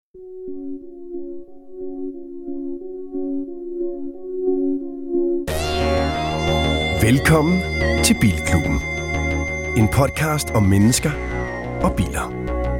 Velkommen til Bilklubben. En podcast om mennesker og biler.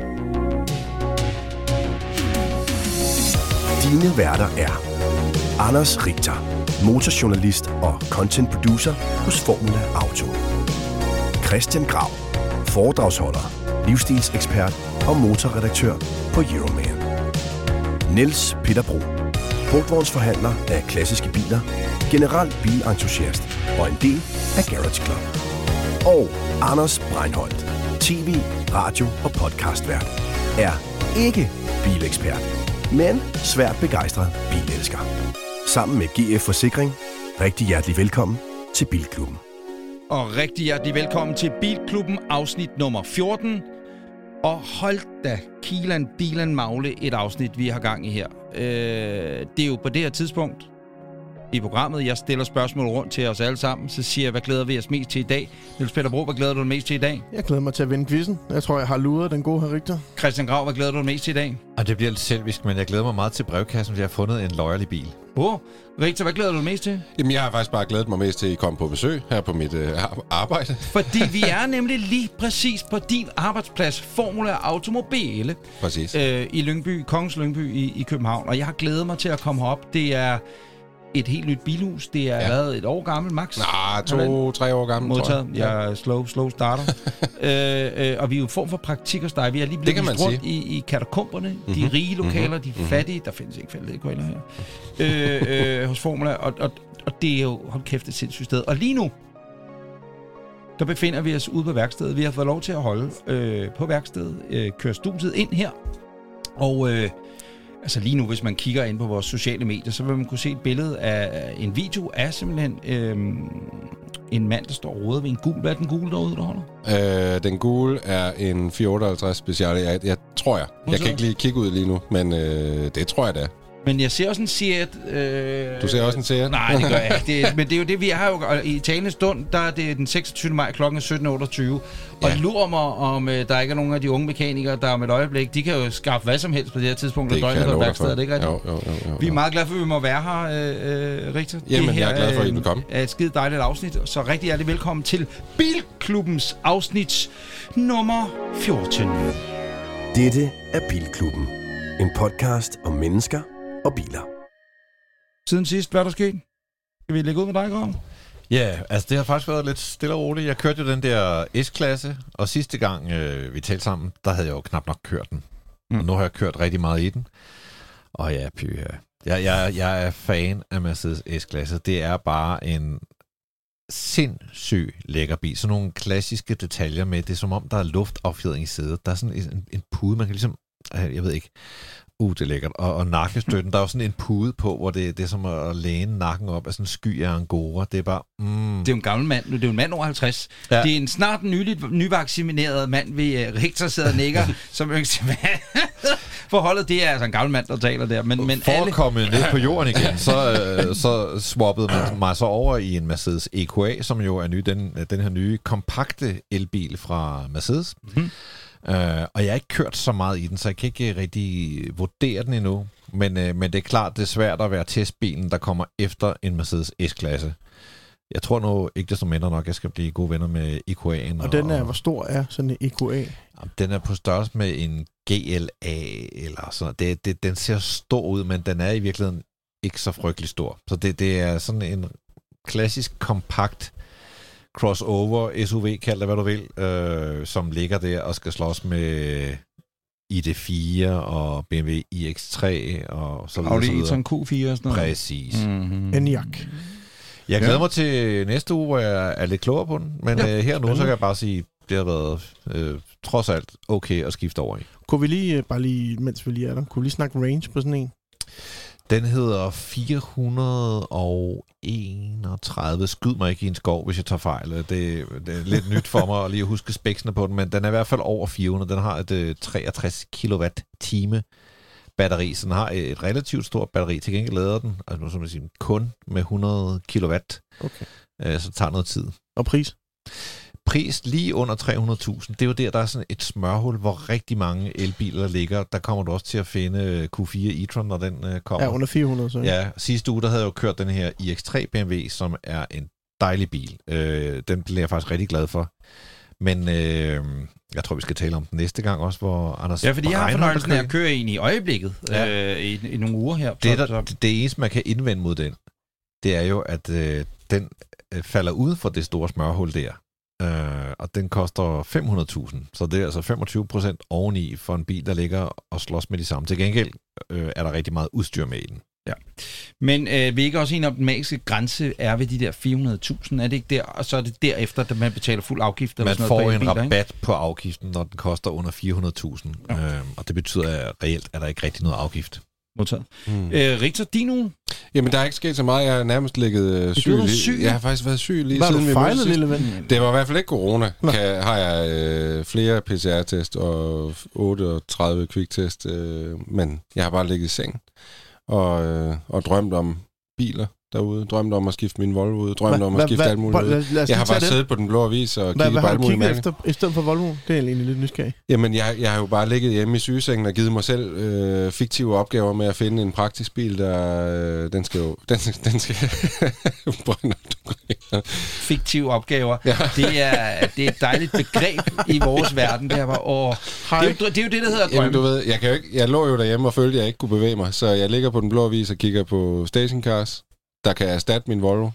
Dine værter er Anders Richter, motorjournalist og content producer hos Formula Auto. Christian Grav, foredragsholder, livsstilsekspert og motorredaktør på Euroman. Niels Peter Bro, brugtvognsforhandler af klassiske biler, generel bilentusiast og en del af Garage Club. Og Anders Breinholt, tv, radio og podcastvært, er ikke bilekspert, men svært begejstret bilelsker. Sammen med GF Forsikring, rigtig hjertelig velkommen til Bilklubben. Og rigtig hjertelig velkommen til Bilklubben, afsnit nummer 14. Og hold da, Kilan Dilan Magle, et afsnit, vi har gang i her. Det er jo på det her tidspunkt i programmet, jeg stiller spørgsmål rundt til os alle sammen. Så siger jeg, hvad glæder vi os mest til i dag? Niels Peter Bro, hvad glæder du dig mest til i dag? Jeg glæder mig til at vinde quizzen. Jeg tror, jeg har luret den gode her Richter. Christian Grav, hvad glæder du dig mest til i dag? Og det bliver lidt selvisk, men jeg glæder mig meget til brevkassen, fordi jeg har fundet en løjerlig bil. Richter, hvad glæder du dig mest til? Jamen, jeg har faktisk bare glædet mig mest til, at I kom på besøg her på mit arbejde. Fordi vi er nemlig lige præcis på din arbejdsplads, Formula Automobile. Præcis. I Lyngby, Kongens Lyngby i København. Og jeg har glædet mig til at komme herop. Det er et helt nyt bilhus. Det er været et år gammel, max. 2-3 år gammel, modtaget. Jeg er slow starter. Og vi er jo en form for praktik hos dig. Vi er lige blevet vist rundt i katakomberne. De rige lokaler, de fattige. Der findes ikke fældekoaler her. Hos Formula. Og det er jo, hold kæft, et sindssygt sted. Og lige nu, der befinder vi os ude på værkstedet. Vi har fået lov til at holde på værkstedet. Køre studiet ind her. Og altså lige nu, hvis man kigger ind på vores sociale medier, så vil man kunne se et billede af en video af simpelthen en mand, der står og roder ved en gul. Hvad er den gule derude, der holder? Den gule er en 458 special. Jeg tror jeg. Jeg kan ikke lige kigge ud lige nu, men det tror jeg, det er. Men jeg ser også en Seat. Du ser også en Seat? Nej, det gør jeg ikke. Men det er jo det, vi har jo. I talende stund, der er det den 26. maj kl. 17.28. Og lurer mig, om der ikke er nogen af de unge mekanikere, der om et øjeblik, de kan jo skaffe hvad som helst på det her tidspunkt. Det døgnet på værkstedet, er det ikke rigtigt? Jo. Vi er meget glade for, at vi må være her, Richter. Jamen, jeg er glad for, at I vil komme. Er et skide dejligt afsnit, så rigtig hjertelig velkommen til Bilklubbens afsnit nummer 14. Dette er Bilklubben. En podcast om mennesker og biler. Siden sidst, hvad er der sket? Skal vi lægge ud med dig, Grav? Ja, altså det har faktisk været lidt stille og roligt. Jeg kørte jo den der S-klasse, og sidste gang vi talte sammen, der havde jeg jo knap nok kørt den. Og nu har jeg kørt rigtig meget i den. Og ja, jeg er fan af Mercedes S-klasse. Det er bare en sindssyg lækker bil. Sådan nogle klassiske detaljer med, det er som om, der er luftaffjedring i sædet. Der er sådan en pude, man kan ligesom, jeg ved ikke, det er lækkert. Og nakkestøtten, der er jo sådan en pude på, hvor det er som at læne nakken op af sådan en sky af angora. Det er bare... Det er jo en gammel mand. Det er jo en mand over 50. Ja. Det er en snart nyvaccineret mand ved Richter sidder og nikker, som ønsker forholdet, det er altså en gammel mand, der taler der. Men for at komme ned på jorden igen, så swappede man mig så over i en Mercedes EQA, som jo er den her nye kompakte elbil fra Mercedes. Og jeg har ikke kørt så meget i den, så jeg kan ikke rigtig vurdere den endnu. Men det er klart, det er svært at være testbilen, der kommer efter en Mercedes S-klasse. Jeg tror nu ikke desto mindre nok, jeg skal blive gode venner med EQA'en. Og den er, hvor stor er sådan en EQA? Den er på størrelse med en GLA eller sådan. Den ser stor ud, men den er i virkeligheden ikke så frygtelig stor. Så det er sådan en klassisk kompakt crossover, SUV, kald det hvad du vil, som ligger der og skal slås med ID4 og BMW iX3 og så videre. Audi e-tron Q4 og sådan noget. Præcis. Enyaq. Jeg glæder mig til næste uge, hvor jeg er lidt klogere på den, men her nu, så kan jeg bare sige, det har været trods alt okay at skifte over i. Kunne vi lige, mens vi lige er der, kunne vi lige snakke range på sådan en? Den hedder 431. Skyd mig ikke i en skov, hvis jeg tager fejl. Det er lidt nyt for mig at lige huske spæksene på den, men den er i hvert fald over 400. Den har et 63 kWh batteri, så den har et relativt stort batteri. Til gengæld lader den, altså nu som jeg siger, kun med 100 kW. Okay. Så det tager noget tid. Og pris? pris lige under 300.000. Det er jo der er sådan et smørhul, hvor rigtig mange elbiler ligger. Der kommer du også til at finde Q4 e-tron, når den kommer. Ja, under 400. Så. Ja, sidste uge, der havde jeg jo kørt den her iX3 BMW, som er en dejlig bil. Den bliver jeg faktisk rigtig glad for. Men jeg tror, vi skal tale om den næste gang også, hvor Anders... Ja, fordi jeg har fornøjelsen af at køre ind i øjeblikket i nogle uger her. Det eneste, man kan indvende mod den, det er jo, at den falder ud for det store smørhul der. Og den koster 500.000, så det er altså 25% oveni for en bil, der ligger og slås med de samme. Til gengæld er der rigtig meget udstyr med i den. Ja. Men vi er ikke også enige om, den magiske grænse er ved de der 400.000, er det ikke der? Og så er det derefter, at man betaler fuld afgift? Man får en rabat på afgiften, når den koster under 400.000. Ja. Og det betyder, at reelt er der ikke rigtig noget afgift. Modtaget. Richter, din uge? Jamen, der er ikke sket så meget. Jeg har nærmest ligget syg. Jeg har faktisk været syg lige siden vi fejlet, lille ven? Det var i hvert fald ikke corona. Har jeg flere PCR-test og 38 kviktest, men jeg har bare ligget i seng og drømt om biler derude. Drømt om at skifte min Volvo ud. Drømt om at skifte alt muligt. Jeg har bare siddet på Den Blå Avis og kigget på alt muligt mærke. Efter i stedet for Volvo? Det er egentlig lidt nysgerrig. Jamen, jeg har jo bare ligget hjemme i sygesengen og givet mig selv fiktive opgaver med at finde en praktisk bil, der... den skal Fiktive opgaver. Ja. Det er et dejligt begreb i vores verden. Det er jo det, der hedder drømme. Jamen, du ved, jeg lå jo derhjemme og følte, at jeg ikke kunne bevæge mig, så jeg ligger på Den Blå Avis og kigger på stationcars, der kan erstatte min Volvo.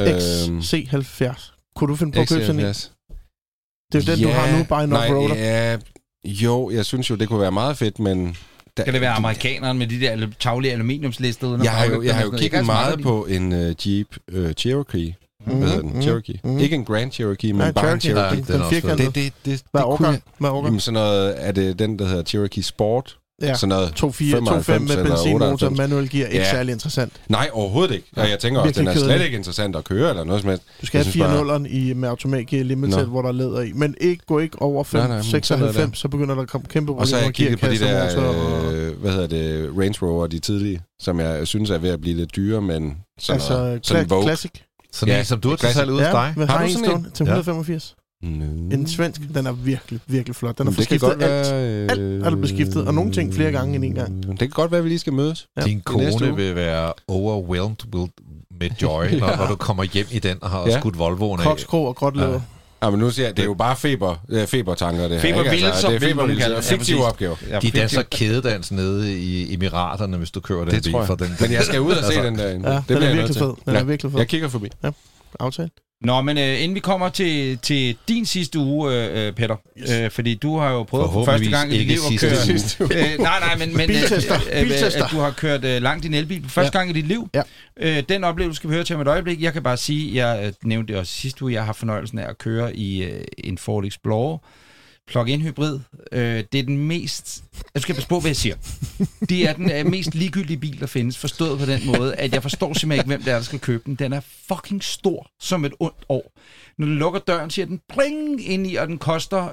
XC70. Kunne du finde på at købe sådan en? Det er jo den, du har nu, bare en off-roader. Ja, jo, jeg synes jo, det kunne være meget fedt, men... Kan det være amerikaneren med de der taglige aluminiumslister? Jeg har jo kigget meget på en Jeep Cherokee. Hvad hedder den? Cherokee. Ikke en Grand Cherokee, men bare en Cherokee. Den firkantede. Hvad årgang? Jamen sådan noget, er det den, der hedder Cherokee Sport? Ja, sådan noget 2.5 med benzinmotor, manuel gear, ikke særlig interessant. Nej, overhovedet ikke. Ja, jeg tænker også, den er slet ikke interessant at køre, eller noget som helst. Du skal have 4.0'eren med automatgear limited, hvor der er læder i. Men gå ikke over 596, så begynder der at komme kæmpe problemer. Og så har jeg kigget på de der, hvad hedder det, Range Rover, de tidlige, som jeg synes er ved at blive lidt dyre, men sådan Classic. Sådan en, som du har til salg ud af dig. Har du sådan en? Til 185. En svensk, den er virkelig, virkelig flot. Den er forskiftet alt er blevet skiftet, og nogle ting flere gange end en gang. Det kan godt være, at vi lige skal mødes. Ja. Din kone vil være overwhelmed med joy, når du kommer hjem i den og har skudt Volvoen af. Kokskrog og gråt læder. Ja, men nu siger jeg, det er jo bare febertanker, det her. Febervildelser. Det er febervildelser. Fiktive opgaver. De danser kædedans nede i Emiraterne, hvis du kører den bil for den. Men jeg skal ud og se den derinde. Ja, den er virkelig fed. Den er virkelig fed. Jeg kigger forbi. Ja, aftale. Nå, men inden vi kommer til din sidste uge, Peter, fordi du har jo prøvet for første gang i dit liv at køre... nej, men at du har kørt langt i en elbil for første gang i dit liv. Ja. Den oplevelse skal vi høre til om et øjeblik. Jeg kan bare sige, jeg nævnte det også sidste uge, jeg har fornøjelsen af at køre i en Ford Explorer plug-in hybrid. Det er den mest... Jeg skal passe på, hvad jeg siger. Det er den mest ligegyldige bil, der findes, forstået på den måde, at jeg forstår simpelthen ikke, hvem det er, der skal købe den. Den er fucking stor som et ondt år. Når den lukker døren, siger den pling ind i, og den koster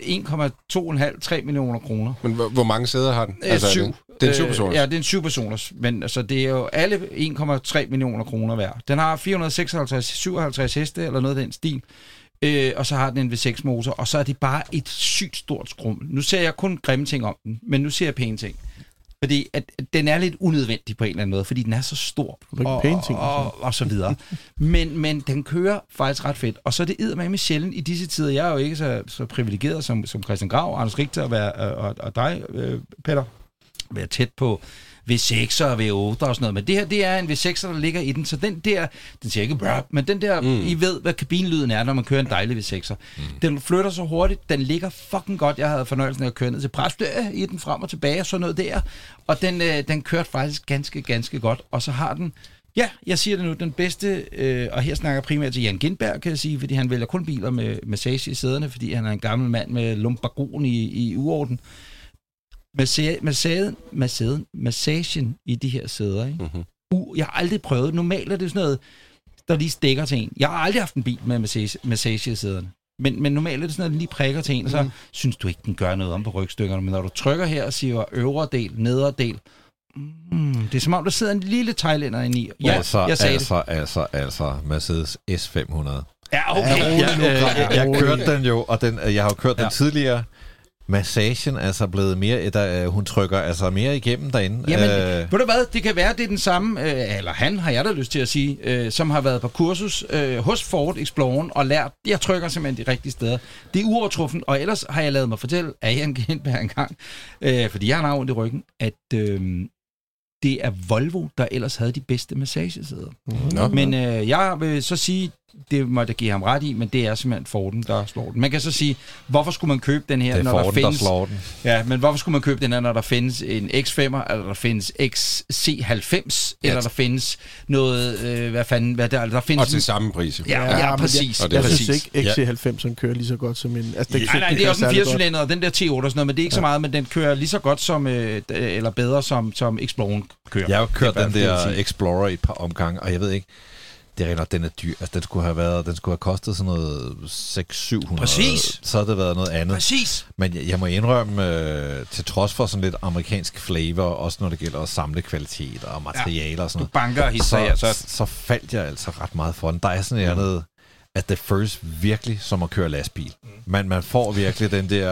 1,2,5-3 millioner kroner. Men hvor mange sæder har den? 7. Det er en 7-personers? Ja, det er en 7-personers. Men altså, det er jo alle 1,3 millioner kroner værd. Den har 456 heste, eller noget af den stil. Og så har den en V6-motor, og så er det bare et sygt stort skrummel. Nu ser jeg kun grimme ting om den, men nu ser jeg pæne ting. Fordi at den er lidt unødvendig på en eller anden måde, fordi den er så stor, og så videre. Men den kører faktisk ret fedt. Og så er det eddermame sjældent i disse tider. Jeg er jo ikke så privilegeret som Christian Grau, Anders Richter og dig, Peter, være tæt på V6'er og V8'er og sådan noget, men det her, det er en V6'er, der ligger i den, så den der, den siger ikke brrr, men den der, I ved, hvad kabinelyden er, når man kører en dejlig V6'er. Den flytter så hurtigt, den ligger fucking godt. Jeg havde fornøjelsen af at køre ned til Præstø i den frem og tilbage og sådan noget der, og den kørte faktisk ganske godt, og så har den, ja, jeg siger det nu, den bedste, og her snakker jeg primært til Jan Gindberg, kan jeg sige, fordi han vælger kun biler med massage i sæderne, fordi han er en gammel mand med lumbagon i uorden. Massagen i de her sæder, ikke? Jeg har aldrig prøvet. Normalt er det sådan noget, der lige stikker til en. Jeg har aldrig haft en bil med massage i sæderne. Men normalt er det sådan noget, der lige prikker til en, og så synes du ikke, den gør noget om på rygstykkerne. Men når du trykker her og siger øvre del, nedre del, det er som om, der sidder en lille thailænder inde i. Ja, jeg sagde altså Mercedes S500. Ja, okay. Jeg kørte den jo, og jeg har jo kørt den tidligere. Massagen er altså blevet mere, hun trykker altså mere igennem derinde. Jamen, ved du hvad, det kan være, det er den samme, eller han har jeg da lyst til at sige, som har været på kursus hos Ford Exploreren og lært, jeg trykker simpelthen de rigtige steder. Det er uovertruffen, og ellers har jeg lavet mig fortælle af Jan Gindberg engang, fordi jeg har ondt i ryggen, at det er Volvo, der ellers havde de bedste massagesæder. Men jeg vil så sige, det må jeg give ham ret i, men det er simpelthen Forden, der slår den. Man kan så sige, hvorfor skulle man købe den her, når Forden, der findes... der slår den. Ja, men hvorfor skulle man købe den her, når der findes en X5'er, eller der findes XC90, eller der findes noget, der findes... Og til samme pris. Ja, præcis. Jeg synes ikke, XC90'eren kører lige så godt som en... Altså, nej, det er også en 4-cylinder, og den der T8 og sådan noget, men det er ikke så meget, men den kører lige så godt som, eller bedre som Exploreren kører. Jeg har kørt den der Explorer i et par omgange, og jeg ved ikke, det er rent, den er dyr. Altså, den skulle have kostet sådan noget 600-700. Præcis. Så havde det været noget andet. Præcis. Men jeg må indrømme, til trods for sådan lidt amerikansk flavor, også når det gælder at samle kvalitet og materialer og sådan noget. Du banker hisser, så faldt jeg altså ret meget for den. Der er sådan andet, at det føles virkelig som at køre lastbil. Man får virkelig den der,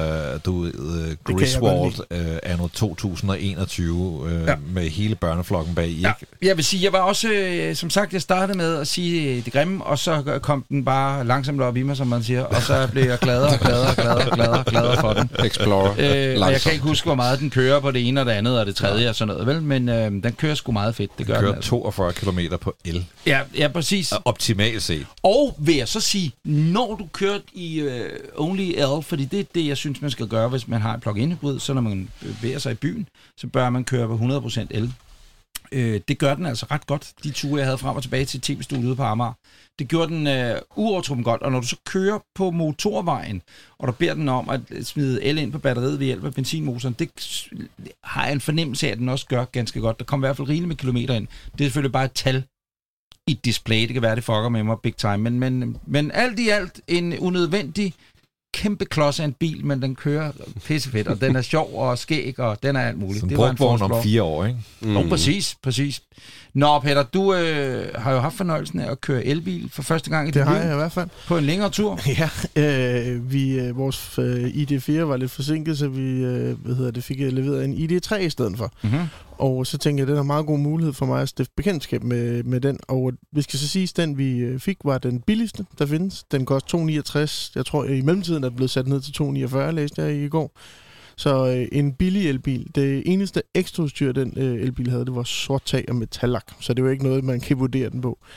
Griswold anno 2021 med hele børneflokken bag i. Ja. Jeg vil sige, jeg var også, som sagt, jeg startede med at sige det grimme, og så kom den bare langsomt op i mig, som man siger, og så blev jeg gladere for den. Explorer. Og jeg kan ikke huske, hvor meget den kører på det ene og det andet og det tredje og sådan noget, vel? Men den kører sgu meget fedt, det gør den. Den kører 42 km på el. Ja, præcis. Optimalt set. Og vil jeg så sige, når du kørt i Only L, fordi det er det, jeg synes, man skal gøre, hvis man har en plug-in hybrid, så når man bevæger sig i byen, så bør man køre på 100% el. Det gør den altså ret godt, de ture, jeg havde frem og tilbage til tv-studiet ude på Amager. Det gjorde den uovertruppen godt, og når du så kører på motorvejen, og der beder den om at smide el ind på batteriet ved hjælp af benzinmotoren, det har jeg en fornemmelse af, at den også gør ganske godt. Der kommer i hvert fald rigeligt med kilometer ind. Det er selvfølgelig bare et tal i et display. Det kan være, det fucker med mig big time. Men alt i alt en unødvendig kæmpe klods af en bil, men den kører pissefedt, og den er sjov og skæg, og den er alt muligt. Som brugtvogn om 4 år, ikke? Præcis. Nå, Peter, du har jo haft fornøjelsen af at køre elbil for første gang i dit liv. Det har jeg i hvert fald. På en længere tur. Ja, vores ID4 var lidt forsinket, så vi fik leveret en ID3 i stedet for. Mm-hmm. Og så tænkte jeg, at det er en meget god mulighed for mig at stifte bekendtskab med den. Og vi skal så sige, at den vi fik var den billigste, der findes. Den koster 269. Jeg tror, i mellemtiden er det blevet sat ned til 249, læste jeg i går. Så en billig elbil. Det eneste ekstra udstyr, den elbil havde, det var sort tag og metallak. Så det var ikke noget, man kan vurdere den på.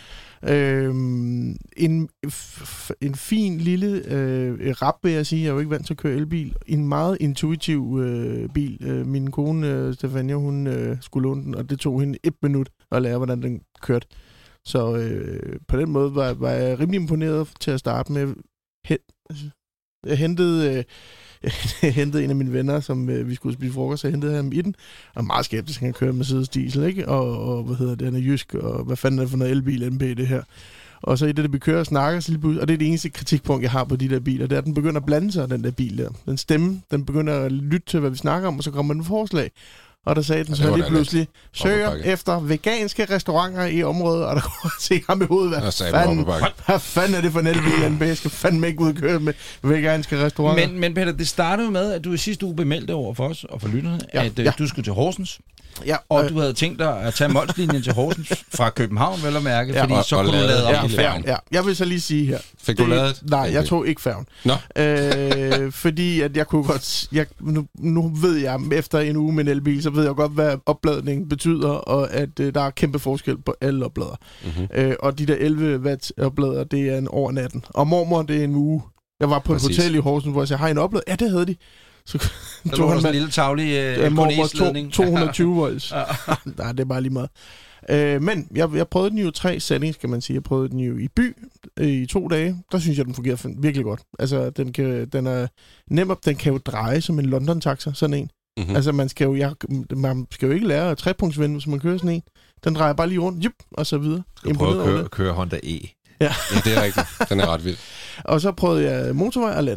En fin lille rap, vil jeg sige. Jeg er jo ikke vant til at køre elbil. En meget intuitiv bil. Min kone, Stefania, hun skulle låne den, og det tog hende 1 minut at lære, hvordan den kørte. Så på den måde var jeg rimelig imponeret til at starte med. Jeg hentede en af mine venner, som vi skulle spise frokost, så jeg hentede ham i den. Og meget skeptisk, han kører Mercedes diesel, ikke? Og han er jysk, og hvad fanden er det for noget elbil MP, det her? Og så i det, vi kører og snakker, så lige og det er det eneste kritikpunkt, jeg har på de der biler, det er, at den begynder at blande sig, den der bil der. Den stemme, den begynder at lytte til, hvad vi snakker om, og så kommer den forslag. Og der sagde den så lige pludselig, søger efter veganske restauranter i området, og der kunne se ham i hovedet, hvad fanden er det for en elbil, jeg skal fandme ikke udkøre med veganske restauranter. Men Peter, det startede jo med, at du i sidste uge bemeldte over for os og for lytterne, at du skulle til Horsens. Ja, og du havde tænkt dig at tage Mols-linjen til Horsens fra København, vel at mærke, fordi så kunne du lade op i færgen. Ja, jeg vil så lige sige her. Fik du ladet? Nej, jeg tog ikke færgen. Fordi at jeg kunne godt... Nu ved jeg, efter en uge med en elbil, så ved jeg godt, hvad opladning betyder, og at der er kæmpe forskel på alle oplader. Mm-hmm. Og de der 11 watt oplader, det er en over natten. Og mormor, det er en uge. Jeg var på et hotel i Horsens, hvor jeg sagde, har I en oplader? Ja, det havde de. Så tog han sådan en lille tavlig mormor 220 volts. Nej, det er bare lige meget. Men jeg prøvede den jo 3 settings, kan man sige. Jeg prøvede den jo i by i 2 dage. Der synes jeg, den fungerer virkelig godt. Altså, den er nem, den kan jo dreje som en London-taxa, sådan en. Mm-hmm. Altså, man skal jo ikke lære at trepunktsvende, hvis man kører sådan en. Den drejer bare lige rundt, og så videre. Du prøver at køre Honda E. Ja, det er rigtigt. Den er ret vild. Og så prøvede jeg motorvej og landevej.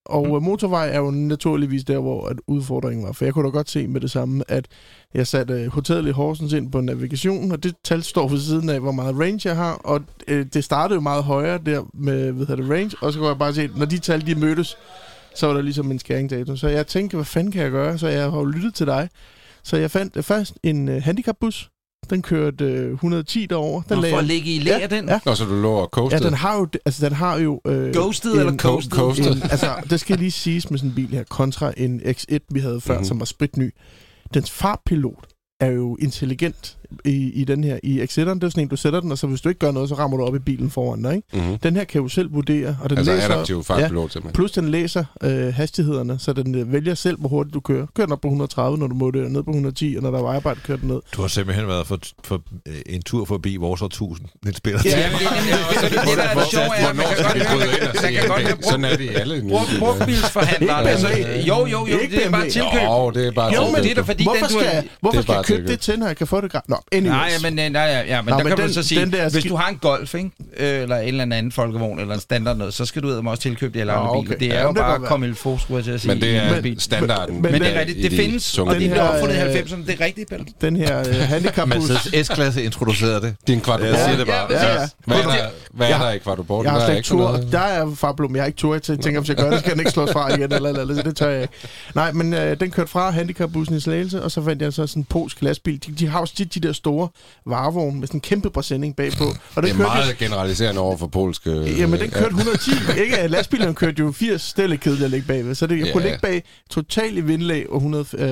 Og motorvej er jo naturligvis der, hvor at udfordringen var. For jeg kunne da godt se med det samme, at jeg satte hotellet i Horsens ind på navigationen, og det tal står ved siden af, hvor meget range jeg har. Og det startede jo meget højere der med range, og så kunne jeg bare se, når de tal de mødtes, så var der ligesom en skæringsdato. Så jeg tænkte, hvad fanden kan jeg gøre? Så jeg har jo lyttet til dig. Så jeg fandt først en handicapbus. Den kørte 110 derover. Den for at ligge i læger, den? Ja. Og så du lå og coasted? Ja, den har jo... Ghosted eller coasted? Altså, det skal lige siges med sådan en bil her, kontra en X1, vi havde før, som var spritny. Dens fartpilot er jo intelligent i den her. I X1'eren, det er sådan en, du sætter den, og så hvis du ikke gør noget, så rammer du op i bilen foran dig, ikke? Mm-hmm. Den her kan jo selv vurdere, og den altså læser... adaptiv fartpilot simpelthen. Plus den læser hastighederne, så den vælger selv, hvor hurtigt du kører. Kører den op på 130, når du må det, ned på 110, og når der er vejarbejde, kører den ned. Du har simpelthen været for en tur forbi vores årtusind. Det spiller til. Ja, det der er det sjove er, man kan godt have sådan er det i alle. Brugtbilsforhandlere. Jo, det er bare tilkøb. Jo, det er bare tilkøb. Hvorfor skal jeg købe det til, når jeg kan få det gratis? Men der kan man så sige, hvis du har en Golf, ikke? Eller en eller anden folkevogn, eller en standard noget, så skal du også tilkøbe det eller andre biler. Det er jo bare at komme i forskud til at sige. Men det er standarden. Men det er rigtigt, det findes, og det blev opfundet i 90'erne, det er rigtigt, Peter. Den her handicapbus. Men S-klasse introducerede det. Din kvadrobord. Jeg siger det bare. Hvad er der i kvadrobord? Jeg har slet ikke tur, der er farblom, jeg har ikke tur. Jeg tænker, hvis jeg gør det, skal den ikke slås fra igen, eller det tør jeg ikke. Nej, men den kørte fra handicapbussen i Slagelse, og så fandt jeg så sådan en polsk lastbil. De har jo tit de der store varevogne med sådan en kæmpe præsending bagpå. Og det er meget generaliserende over for polske... Jamen, den kørte 110. Ikke? Lastbilerne kørte jo 80. Det er lidt kedeligt at ligge bagved. Så jeg kunne ligge bag totalt i vindlag og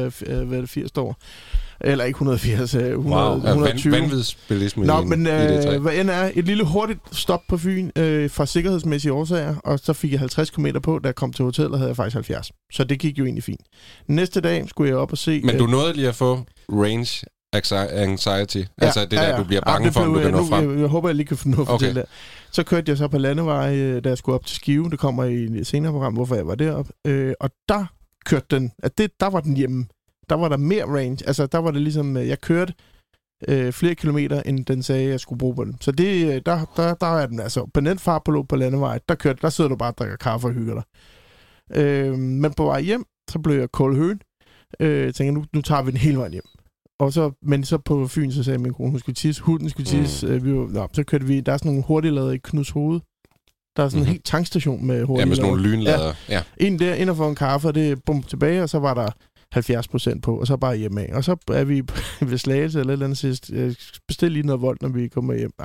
180 år. Eller ikke 180, 120. Vanvidsbilisme. Nå, men hvad end er et lille hurtigt stop på Fyn fra sikkerhedsmæssige årsager, og så fik jeg 50 km på, da jeg kom til hotellet, havde jeg faktisk 70. Så det gik jo egentlig fint. Næste dag skulle jeg op og se... Men du nåede lige at få range anxiety? Altså det der, du bliver bange for, om du kan nå frem? Jeg håber, jeg lige kan få noget for det der. Så kørte jeg så på landevej, da jeg skulle op til Skive. Det kommer i et senere program, hvorfor jeg var deroppe. Og der kørte den... Der var den hjemme. Der var der mere range. Altså, der var det ligesom... Jeg kørte flere kilometer, end den sagde, jeg skulle bruge på den. Så det, der er den altså. På den fartpilot på landevej, der sidder du bare og drikker kaffe og hygger dig. Men på vej hjem, så blev jeg kold høen. Tænker, nu tager vi den hele vejen hjem. Men så på Fyn, så sagde min kone, hun skulle tisse. Hunden skulle tisse. Så kørte vi... Der er sådan nogle hurtiglader i Knuds Hoved. Der er sådan en helt tankstation med hurtiglader. Ja, med sådan nogle lynlader. Ja. En der, ind og få en kaffe, og det bum tilbage, og så var der 70% på, og så bare hjemme af. Og så er vi ved Slagelse eller et eller andet sidst. Bestil lige noget voldt, når vi kommer hjem.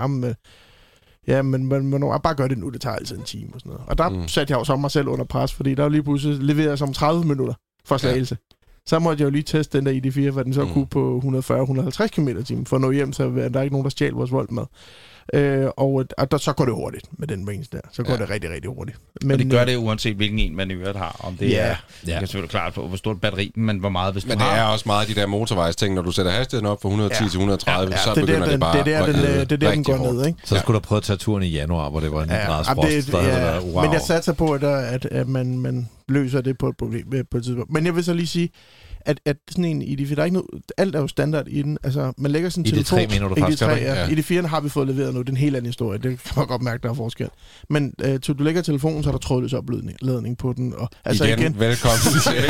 Men bare gør det nu, det tager altid en time og sådan noget. Og der satte jeg jo så mig selv under pres, fordi der var lige pludselig leveret som 30 minutter for Slagelse. Ja. Så måtte jeg jo lige teste den der ID4, hvad den så kunne på 140-150 km/t. For at nå hjem, så er der ikke nogen, der stjal vores vold med. Og så går det hurtigt med den range der. Så går det rigtig, rigtig hurtigt. Men, og det gør det uanset hvilken en man i øvrigt har. Om det er selvfølgelig klart på, hvor stort batteri, men hvor meget hvis du har. Men det er også meget af de der motorvejsting, når du sætter hastigheden op fra 110 til 130, så begynder det bare det er der den går ned, ikke? Så skulle du prøve at tage turen i januar, hvor det var en grads frost. Men jeg satser på, at man løser det på et problem på et tidspunkt. Men jeg vil så lige sige, at sådan en ID4, der er ikke noget, alt er jo standard i den. Altså, man lægger sådan en telefon... ID3 mener du faktisk, ID4'en har vi fået leveret nu, det er en helt anden historie. Det kan man godt mærke, der er forskel. Men du lægger telefonen, så er der trådløs opladning på den. Og, altså igen. Velkommen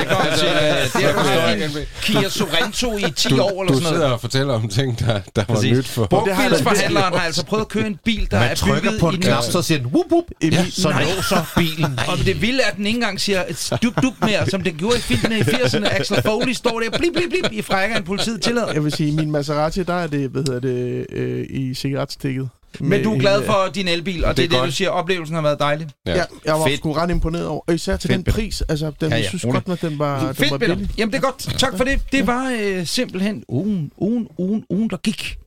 til Kia Sorento i 10 år eller sådan noget. Du sidder og fortæller om ting, der var nyt for... Brugtbilsforhandleren har altså prøvet at køre en bil, der er bygget i... Man trykker på en knap, så siger den, whoop, whoop, så låser bilen. Og det vilde er, at den ikke engang siger dup mere, som den gjorde i filmene i 80'erne. Axel Foley står der, blip, i frækkeren politiet tillader. Jeg vil sige, min Maserati, der er det, i cigaretstikket. Men du er glad for din elbil, og det er det, du siger, oplevelsen har været dejlig. Ja, jeg var sgu ret imponeret over, og især til den pris. Altså, jeg synes godt, at den var billig. Jamen, det er godt. Tak for det. Det var simpelthen ugen, der gik.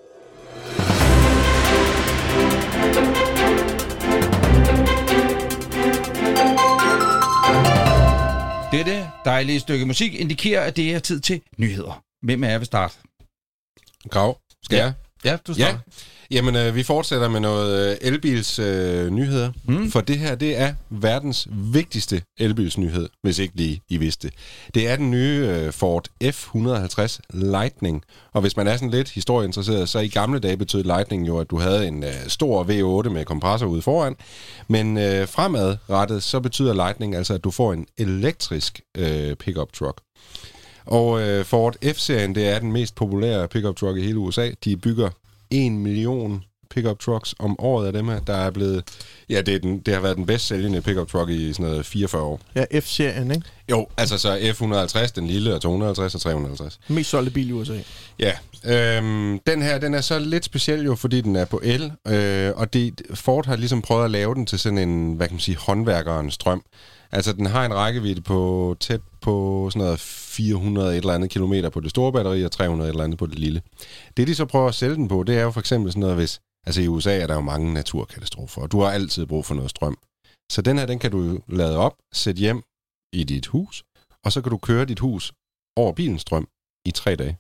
Dette dejlige stykke musik indikerer, at det er tid til nyheder. Hvem er jeg vil starte? Grav. Skal jeg? Ja, du starter. Jamen, vi fortsætter med noget elbils nyheder. For det her, det er verdens vigtigste elbilsnyhed, hvis ikke lige I vidste det. Det er den nye Ford F150 Lightning. Og hvis man er sådan lidt historieinteresseret, så i gamle dage betød Lightning jo, at du havde en stor V8 med kompressor ude foran. Men fremadrettet, så betyder Lightning altså, at du får en elektrisk pickup truck. Og Ford F-serien, det er den mest populære pickup truck i hele USA. De bygger 1 million pickup trucks om året af dem her, der er blevet... Ja, det har været den bedst sælgende pickup truck i sådan noget 44 år. Ja, F-serien, ikke? Jo, altså så F150, den lille, og 250 og 350. Mest solgte bil i USA. Ja, den her, den er så lidt speciel jo, fordi den er på el, og Ford har ligesom prøvet at lave den til sådan en, hvad kan man sige, håndværkerens drøm. Altså, den har en rækkevidde på tæt på sådan noget 400 et eller andet kilometer på det store batteri, og 300 et eller andet på det lille. Det, de så prøver at sælge den på, det er jo for eksempel sådan noget, hvis... Altså, i USA er der jo mange naturkatastrofer, og du har altid brug for noget strøm. Så den her, den kan du lade op, sætte hjem i dit hus, og så kan du køre dit hus over bilens strøm i 3 dage.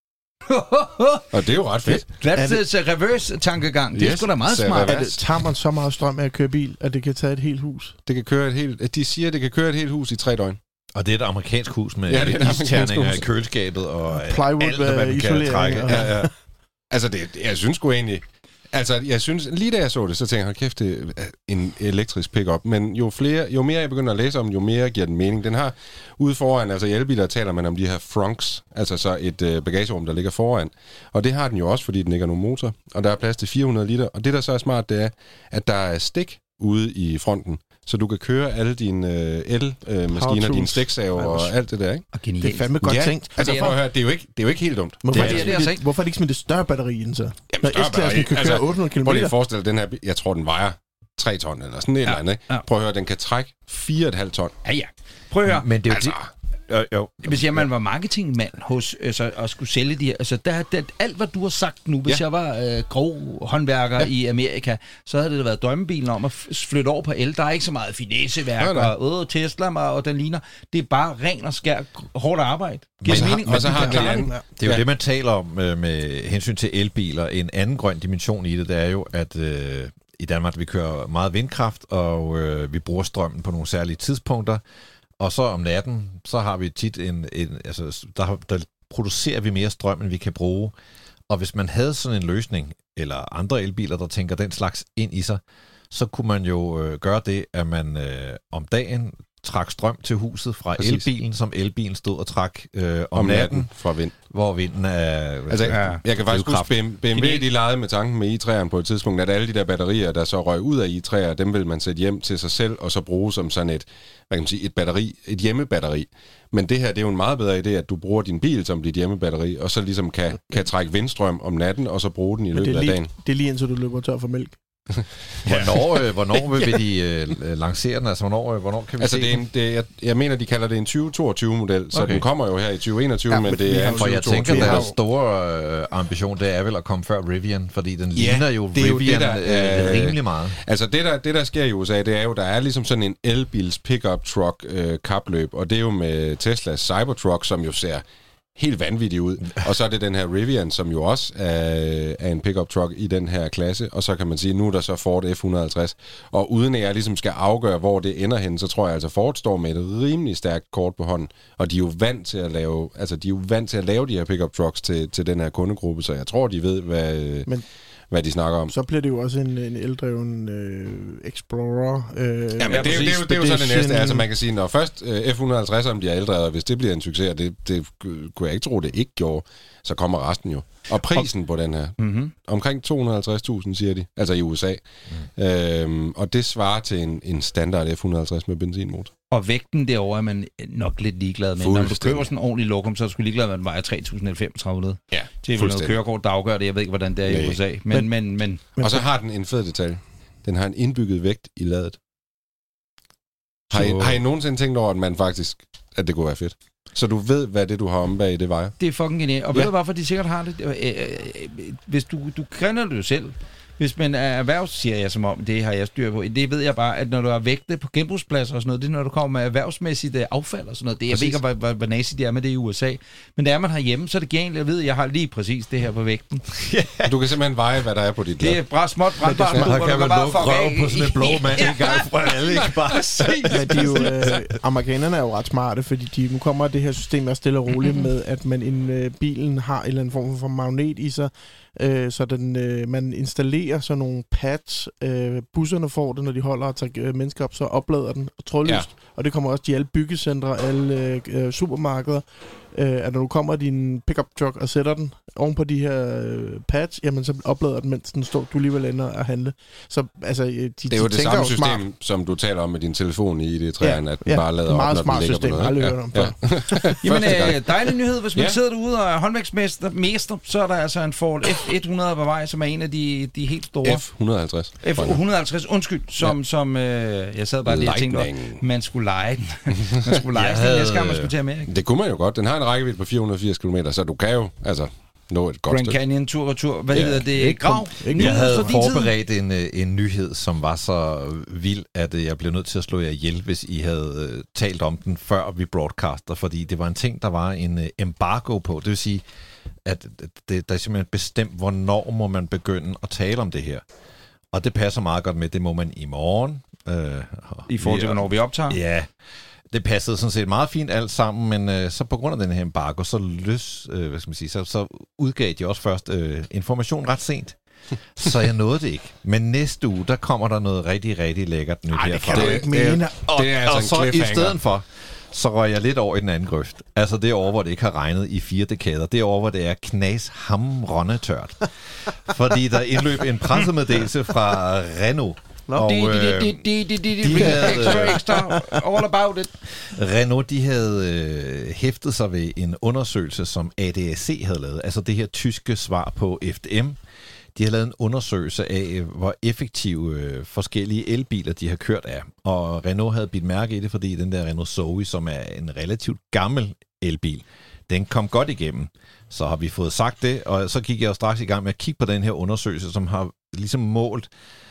Og det er jo ret fedt. That's reverse-tankegang. Det er sgu da meget smart. Tager man så meget strøm af at køre bil, at det kan tage et helt hus? Det kan køre de siger, at det kan køre et helt hus i 3 døgn. Og det er et amerikansk hus med isterninger i køleskabet og plywood, alt, hvad man kan trække. Ja. Altså, jeg synes sgu egentlig... Altså, jeg synes, lige da jeg så det, så tænkte jeg, hold kæft, det er en elektrisk pickup. Men jo mere jeg begynder at læse om, jo mere giver den mening. Den har ude foran, altså i elbiler taler man om de her frunks, altså så et bagagerum, der ligger foran. Og det har den jo også, fordi den ikke er nogen motor. Og der er plads til 400 liter. Og det, der så er smart, det er, at der er stik ude i fronten. Så du kan køre alle dine el-maskiner, dine stiksaver og alt det der, ikke? Det er fandme godt tænkt. Altså for at høre, det er jo ikke helt dumt. Hvorfor er det ikke smidt det større batteri ind så? Når S-klassen kan køre 800 km. Prøv lige at forestille den her, jeg tror den vejer 3 ton eller sådan et eller andet. Ikke? Prøv at høre, den kan trække 4,5 ton. Ja. Prøv at høre. Men det er jo Jo. Hvis jeg man var marketingmand hos og skulle sælge de her, altså alt hvad du har sagt nu, hvis jeg var grov håndværker i Amerika, så havde det været drømmebilen om at flytte over på el. Der er ikke så meget finesseværk og Tesla og den ligner. Det er bare ren og skær hårdt arbejde. Og så har det andet. Det er jo det, man taler om med hensyn til elbiler. En anden grøn dimension i det, det er jo, at i Danmark vi kører meget vindkraft, og vi bruger strømmen på nogle særlige tidspunkter. Og så om natten, så har vi tit der producerer vi mere strøm, end vi kan bruge. Og hvis man havde sådan en løsning, eller andre elbiler, der tænker den slags ind i sig, så kunne man jo gøre det, at man om dagen trak strøm til huset fra elbilen, som elbilen stod og trak om natten fra vind. Hvor vinden er... Altså, jeg kan faktisk huske, BMW de legede med tanken med i3'eren på et tidspunkt, at alle de der batterier, der så røg ud af i3'er, dem vil man sætte hjem til sig selv, og så bruge som sådan et, hvad kan man sige, et batteri, et hjemmebatteri. Men det her, det er jo en meget bedre idé, at du bruger din bil som dit hjemmebatteri, og så ligesom kan trække vindstrøm om natten, og så bruge den i løbet af dagen. Det er lige indtil du løber tør for mælk. Hvornår vil de lancere den? Altså, hvornår kan vi se den? Jeg mener, de kalder det en 2022-model, så den kommer jo her i 2021, men det er en 2022. For jeg tænker, at deres store ambition, det er vel at komme før Rivian, fordi den ligner jo Rivian rimelig meget. Altså, det der sker i USA, det er jo, der er ligesom sådan en elbils pickup truck kapløb, og det er jo med Teslas Cybertruck, som jo ser helt vanvittigt ud. Og så er det den her Rivian, som jo også er en pickup truck i den her klasse. Og så kan man sige, nu er der så Ford F150. Og uden at jeg ligesom skal afgøre, hvor det ender hen, så tror jeg altså, Ford står med et rimelig stærkt kort på hånden. Og de er jo vant til at lave, de her pickup trucks til den her kundegruppe, så jeg tror, de ved, hvad de snakker om. Så bliver det jo også en eldreven Explorer. Ja, men det er jo så det næste. Altså man kan sige, når først F150'eren bliver eldrevet, hvis det bliver en succes, og det kunne jeg ikke tro, det ikke gjorde, så kommer resten jo. Og prisen på den her, omkring 250.000, siger de, altså i USA. Og det svarer til en standard F150 med benzinmotor. Og vægten derovre er man nok lidt ligeglad med. Når du køber sådan en ordentlig lokum, så er du sgu ligeglad med, at den vejer 3.500. Ja, det er vel noget kørekort, der afgør det. Jeg ved ikke, hvordan det er i USA. Men og så har den en fed detalje. Den har en indbygget vægt i ladet. Har I nogensinde tænkt over, at man faktisk, at det kunne være fedt? Så du ved, hvad det, du har om bag, det vejer? Det er fucking genialt. Og ved du, hvorfor de sikkert har det? Hvis du kender det jo selv. hvis man er erhvervs, siger jeg som om, det har jeg styr på. Det ved jeg bare, at når du har vægte på genbrugspladser og sådan noget, det er, når du kommer med erhvervsmæssigt affald og sådan noget. Det, jeg ved ikke, hvor nazi det er med det i USA. Men da man har hjemme, så er det genialt, jeg ved, jeg har lige præcis det her på vægten. Du kan simpelthen veje, hvad der er på dit lad. Det er bare småt brandbart. Man kan vel lukke røv på sådan en blå mand en gang for alle, ikke bare. Men de er jo, amerikanerne er jo ret smarte, fordi nu kommer det her system er stille og roligt med, at man bilen har en eller anden form for magnet i sig, så man installerer sådan nogle pads. Busserne får det, når de holder og tager mennesker op, så oplader den trådløst. Og det kommer også til alle byggecentre, alle supermarkeder. At når du kommer i din pickup truck og sætter den oven på de her pads, jamen så oplader den, mens den står, du alligevel ender at handle. Så altså, det er jo det samme system, smart, som du taler om med din telefon i det træerne, at den bare lader op, når den ligger på noget. Aldrig hørt om før. Jamen, dejlig nyhed, hvis man sidder derude og er håndværksmester, så er der altså en Ford F100 på vej, som er de helt store. F150. F150, undskyld, som jeg sad bare lige og tænkte, man skulle lege den. Man skulle lege den, næste gang man skulle tage med. Ikke? Det kunne man jo godt. Den har en rækkevidde på 480 km, så du kan jo nå et godt Grand Canyon tur. Hvad hedder det? Grav? Jeg havde forberedt en nyhed, som var så vild, at jeg blev nødt til at slå jer ihjel, hvis I havde talt om den, før vi broadcaster, fordi det var en ting, der var en embargo på. Det vil sige, at der er simpelthen bestemt, hvornår må man begynde at tale om det her. Og det passer meget godt med, det må man i morgen. I forhold til, hvornår vi optager? Ja, det passede sådan set meget fint alt sammen, men så på grund af den her embargo, så udgav de også først information ret sent. Så jeg nåede det ikke. Men næste uge, der kommer der noget rigtig, rigtig lækkert nyt herfra. Det kan du ikke mene. Det er altså og så i stedet for, så røg jeg lidt over i den anden grøft. Altså det over, hvor det ikke har regnet i 4 dekader. Det over, hvor det er knashamrende tørt. Fordi der indløb en pressemeddelelse fra Renault. Extra, all about it. Renault, de havde hæftet sig ved en undersøgelse, som ADAC havde lavet. Altså det her tyske svar på FDM. De har lavet en undersøgelse af, hvor effektive forskellige elbiler, de har kørt af. Og Renault havde bidt mærke i det, fordi den der Renault Zoe, som er en relativt gammel elbil, den kom godt igennem. Så har vi fået sagt det, og så gik jeg jo straks i gang med at kigge på den her undersøgelse, som har ligesom målt,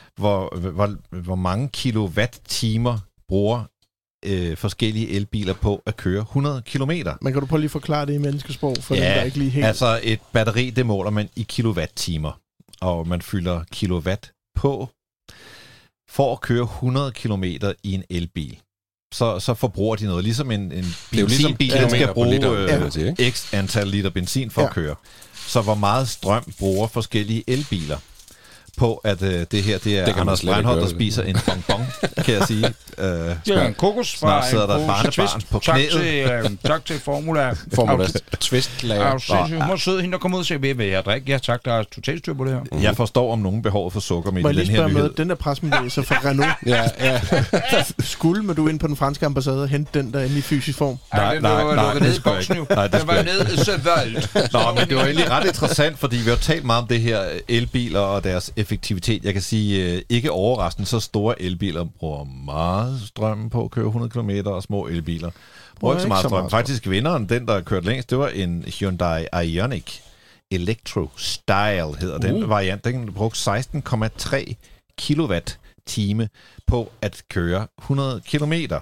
hvor mange kilowatt-timer bruger forskellige elbiler på at køre 100 kilometer. Men kan du prøve lige forklare det i menneskesprog, for dem, der ikke lige helt... altså et batteri, det måler man i kilowatt-timer, og man fylder kilowatt på for at køre 100 kilometer i en elbil. Så forbruger de noget, ligesom en benzinbil, den skal bruge x antal liter benzin for at køre. Så hvor meget strøm bruger forskellige elbiler på, at det her, det er Anders Breinholt, der spiser en bonbon, kan jeg sige. En kokos. Snart sidder der et barnebarn på knæet. Tak til Formula Twist-lager. Hun var sød, hende der kom ud og sagde, hvad jeg drikke? Ja tak, der er totalt styr på det her. Jeg forstår, om nogen behov for sukker med i den her nyhed. Den der pressemeddelelse fra Renault. Skulle du ind på den franske ambassade og hente den der inde i fysisk form? Nej, det skulle jeg ikke. Den var nede så voldt. Nå, men det var egentlig ret interessant, fordi vi har talt meget om det her elbiler og deres effektivitet. Jeg kan sige, ikke overraskende, så store elbiler bruger meget strøm på at køre 100 km, og små elbiler bruger ikke så meget strøm. Faktisk vinderen, den der kørte længst, det var en Hyundai Ioniq Electro Style, hedder den variant. Den brugte 16,3 kilowatt-time på at køre 100 kilometer.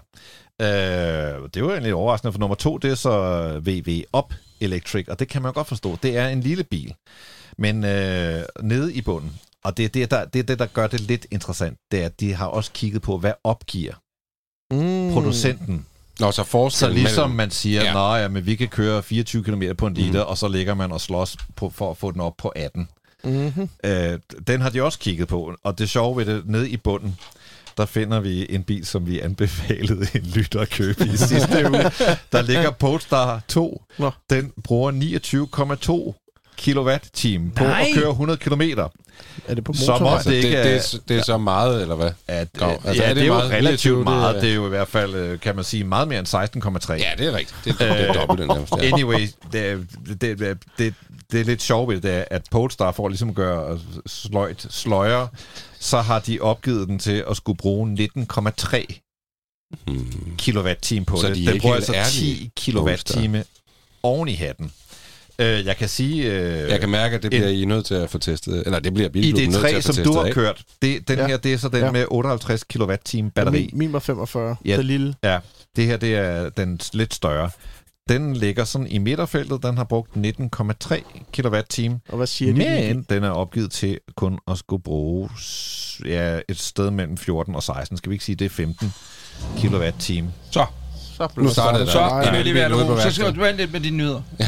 Det var egentlig overraskende, for nummer 2, det er så VW Up Electric, og det kan man godt forstå. Det er en lille bil, men nede i bunden. Og det er det, der gør det lidt interessant, det er, at de har også kigget på, hvad opgiver producenten. Nå, så ligesom man siger, men vi kan køre 24 km på en liter, og så ligger man og slås for at få den op på 18. Den har de også kigget på, og det sjove ved det, nede i bunden, der finder vi en bil, som vi anbefalede en lytter at købe i sidste uge. Der ligger Polestar 2. Den bruger 29,2 kilowatt-time på at køre 100 kilometer. Er det på motorvej? Det er så meget, eller hvad? Er det er jo relativt meget. Det er jo i hvert fald, kan man sige, meget mere end 16,3. Ja, det er rigtigt. Det er dobbelt den nærmest. Anyway, det er lidt sjovt ved det, at Polestar for ligesom at gøre sløjere, så har de opgivet den til at skulle bruge 19,3 kilowatt-time på så det. Den bruger altså 10 kilowatt-time oven i hatten. Jeg kan sige... jeg kan mærke, at det bliver I nødt til at få testet. Eller det bliver Bilklubben nødt til at få testet. I det 3, som du har kørt, den her, det er så den med 58 kWh batteri. Min var 45, ja, lille. Ja, det her, det er den lidt større. Den ligger sådan i midterfeltet. Den har brugt 19,3 kWh. Og hvad siger de? Men den er opgivet til kun at skulle bruge et sted mellem 14 og 16. Skal vi ikke sige, det er 15 kWh. Så nu starter det. Så skal du vente lidt med dine nyheder. Ja.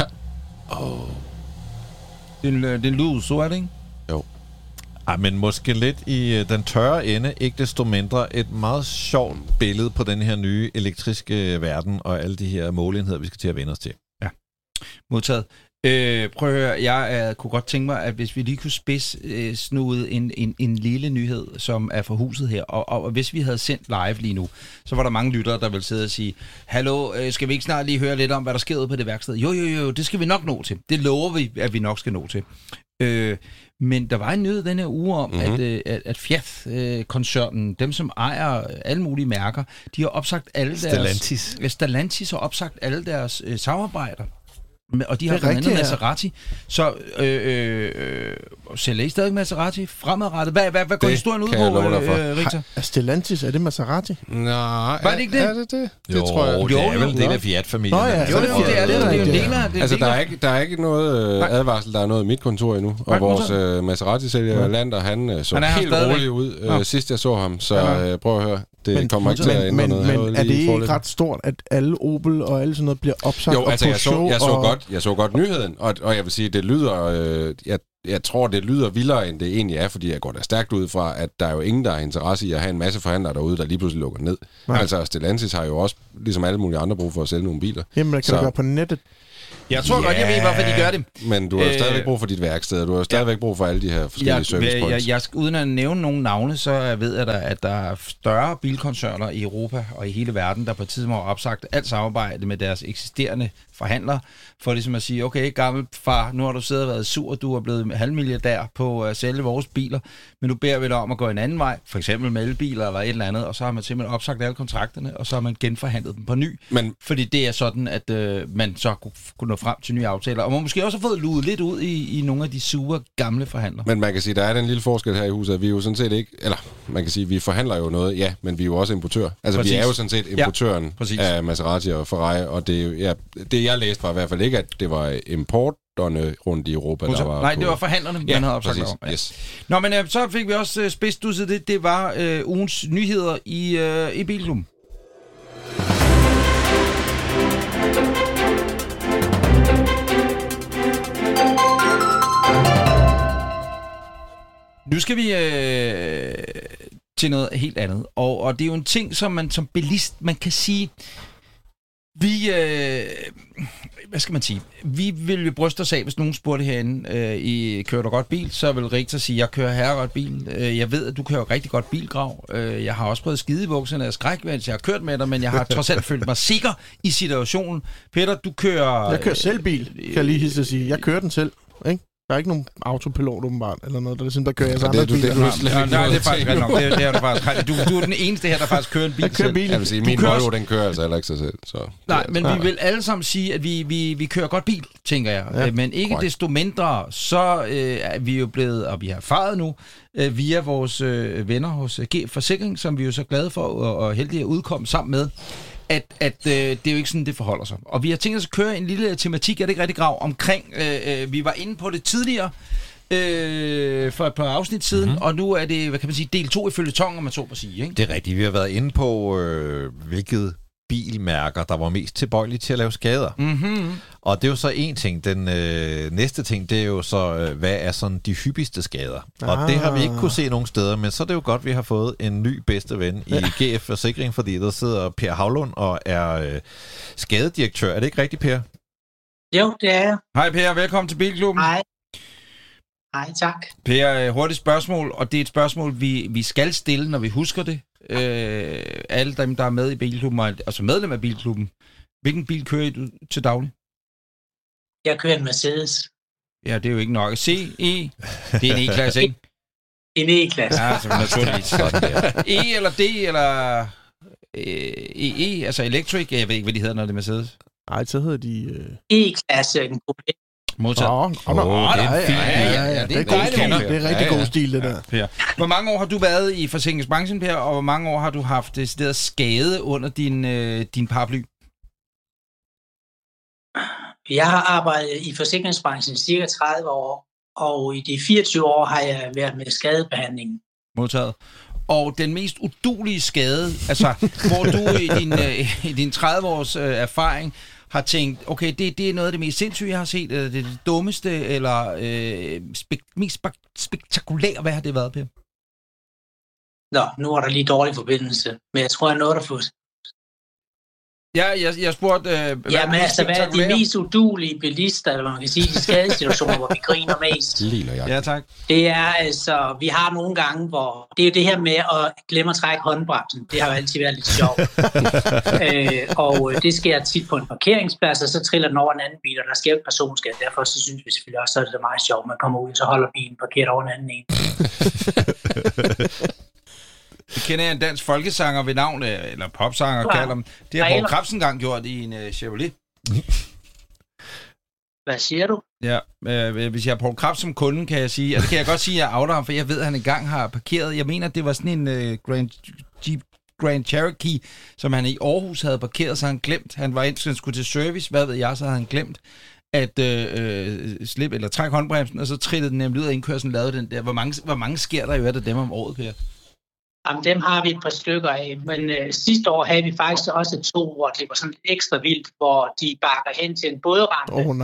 Den lyder så, er det ikke? Jo. Men måske lidt i den tørre ende, ikke desto mindre et meget sjovt billede på den her nye elektriske verden og alle de her målenheder, vi skal til at vende os til. Ja, modtaget. Prøv at høre, jeg kunne godt tænke mig, at hvis vi lige kunne snude en lille nyhed, som er fra huset her, og hvis vi havde sendt live lige nu, så var der mange lyttere, der ville sidde og sige, hallo, skal vi ikke snart lige høre lidt om, hvad der sker ude på det værksted? Jo, det skal vi nok nå til. Det lover vi, at vi nok skal nå til. Men der var en nyhed denne uge om, at Fiat-koncernen, dem som ejer alle mulige mærker, de har opsagt alle Stellantis har opsagt alle deres samarbejder. Og de har blandt andet Maserati. Så sælger I stadig Maserati fremadrettet? Hvad går historien ud på, Richter? Stellantis, er det Maserati? Nej. Var det ikke det? Er det? Jo, tror jeg. Det er vel en del af Fiat-familien. Jo, det er jo en del af det. Altså, der er ikke noget advarsel, der er noget i mit kontor endnu. Og vores Maserati-sælger, Lander, han så helt rolig ud sidst jeg så ham. Så prøv at høre. Det kommer ikke til at ændre noget. Men er det ikke ret stort, at alle Opel og alle sådan noget bliver opsagt? Jo, altså jeg så godt nyheden, og jeg vil sige, det lyder... Jeg tror, det lyder vildere, end det egentlig er, fordi jeg går da stærkt ud fra, at der er jo ingen, der har interesse i at have en masse forhandlere derude, der lige pludselig lukker ned. Nej. Altså, Stellantis har jo også, ligesom alle mulige andre, brug for at sælge nogle biler. Jamen, det kan du gøre på nettet. Jeg tror godt, jeg ved, hvorfor de gør det. Men du har jo stadigvæk brug for dit værksted, du har stadigvæk brug for alle de her forskellige service points. Uden at nævne nogle navne, så ved jeg da, at der er større bilkoncerner i Europa og i hele verden, der på et tidspunkt har opsagt alt samarbejde med deres eksisterende forhandlere, for ligesom at sige, okay, gammel far, nu har du siddet og været sur, du er blevet halvmilliardær på at sælge vores biler, men nu beder vi dig om at gå en anden vej, for eksempel med elbiler eller et eller andet, og så har man simpelthen opsagt alle kontrakterne, og så har man genforhandlet dem på ny, fordi det er sådan, at man så kunne nå frem til nye aftaler, og man måske også har fået luet lidt ud i nogle af de sure gamle forhandlere. Men man kan sige, der er den lille forskel her i huset, at vi jo sådan set ikke, eller man kan sige, vi forhandler jo noget, ja, men vi er jo også importør. Altså Præcis. Vi er jo sådan set importøren af Maserati og Ferrari, og det er jo, det jeg læste var i hvert fald ikke, at det var importerne rundt i Europa, der var Nej, det var forhandlerne, man havde opsagt over. Ja. Yes. Nå, men så fik vi også spidsdudset det var ugens nyheder i Bilklubben. Nu skal vi til noget helt andet, og det er jo en ting, som man som bilist, man kan sige, hvad skal man sige? Vi vil jo bryste os af, hvis nogen spurgte herinde, I kører du godt bil, så vil Richter sige, jeg kører herregodt bil. Jeg ved, at du kører rigtig godt bilgrav. Jeg har også prøvet skide i bukserne af skræk, mens jeg har kørt med dig, men jeg har trods alt følt mig sikker i situationen. Peter, du kører... Jeg kører selv bil, kan jeg lige hilse at sige. Jeg kører den selv, ikke? Der er ikke nogen autopilot åbenbart, eller noget, der simpelthen kører jeg andre biler. Nej, det er faktisk ret nok. Det er du faktisk. Du er den eneste her, der faktisk kører en bil selv. Jeg vil sige, min Volvo, den kører altså heller ikke sig selv. Så. Nej, men vi vil alle sammen sige, at vi kører godt bil, tænker jeg. Ja, men ikke desto mindre, så er vi jo blevet, og vi har erfaret nu, via vores venner hos G Forsikring, som vi er jo så glade for og heldige at udkomme sammen med, at det er jo ikke sådan, det forholder sig. Og vi har tænkt os at køre en lille tematik, er det ikke rigtig Grav, omkring, vi var inde på det tidligere, for et par afsnit siden, og nu er det, hvad kan man sige, del 2 i føljetongen, om man så på sige, ikke? Det er rigtigt. Vi har været inde på, hvilket bilmærker, der var mest tilbøjelige til at lave skader. Mm-hmm. Og det er jo så en ting. Den næste ting, det er jo så, hvad er sådan de hyppigste skader? Og det har vi ikke kunne se nogen steder, men så er det jo godt, at vi har fået en ny bedste ven i GF Forsikring, fordi der sidder Per Havlund og er skadedirektør. Er det ikke rigtigt, Per? Jo, det er jeg. Hej Per, velkommen til Bilklubben. Hej. Hej, tak. Per, hurtigt spørgsmål, og det er et spørgsmål, vi skal stille, når vi husker det. Alle dem, der er med i Bilklubben, altså medlem af Bilklubben. Hvilken bil kører I til daglig? Jeg kører en Mercedes. Ja, det er jo ikke nok. C, E, det er en E-klasse, ikke? En E-klasse. Ja, så naturligvis sådan der. E eller D, eller EE, altså Electric, jeg ved ikke, hvad de hedder, når det er Mercedes. Nej, så hedder de... E-klasse, en coupé. Modtaget. det er en fin bil. Det er god stil. Det er rigtig god stil, det der. Per. Hvor mange år har du været i forsikringsbranchen, Per, og hvor mange år har du haft decideret skade under din paraply? Jeg har arbejdet i forsikringsbranchen cirka 30 år, og i de 24 år har jeg været med skadebehandling. Modtaget. Og den mest uduelige skade, altså hvor du i din 30 års erfaring har tænkt, okay, det er noget af det mest sindssyge, jeg har set, eller det dummeste, eller mest spektakulære, hvad har det været, Per? Nå, nu er der lige dårlig forbindelse, men jeg tror, jeg nåede at få... Ja, jeg spurgte... hvad er de mest uduelige bilister, eller man kan sige, de skadesituationer, hvor vi griner mest? Ja, tak. Det er altså, vi har nogle gange, hvor... Det er jo det her med at glemme at trække håndbremsen. Det har jo altid været lidt sjovt. Og det sker tit på en parkeringsplads, og så triller den over en anden bil, og der sker jo personskade. Derfor så synes vi selvfølgelig også, at det er meget sjovt. Man kommer ud, og så holder bilen parkeret over en anden en. Det kender jeg en dansk folkesanger ved navn, eller popsanger kalder dem. Det har Poul Krebs engang gjort i en Chevrolet. Hvad siger du? Ja, hvis jeg har Poul Krebs som kunde, kan jeg sige, altså kan jeg godt sige, at jeg outer ham, for jeg ved, at han engang har parkeret. Jeg mener, det var sådan en Jeep Grand Cherokee, som han i Aarhus havde parkeret, så han glemt. Han var indtil han skulle til service, hvad ved jeg, så havde han glemt at slippe eller trække håndbremsen, og så trillede den nemlig ud af indkørslen, lavede den der. Hvor mange sker der jo af dem om året, Per? Jamen, dem har vi et par stykker af, men sidste år havde vi faktisk også 2, hvor det var sådan lidt ekstra vildt, hvor de bakker hen til en bådrampe.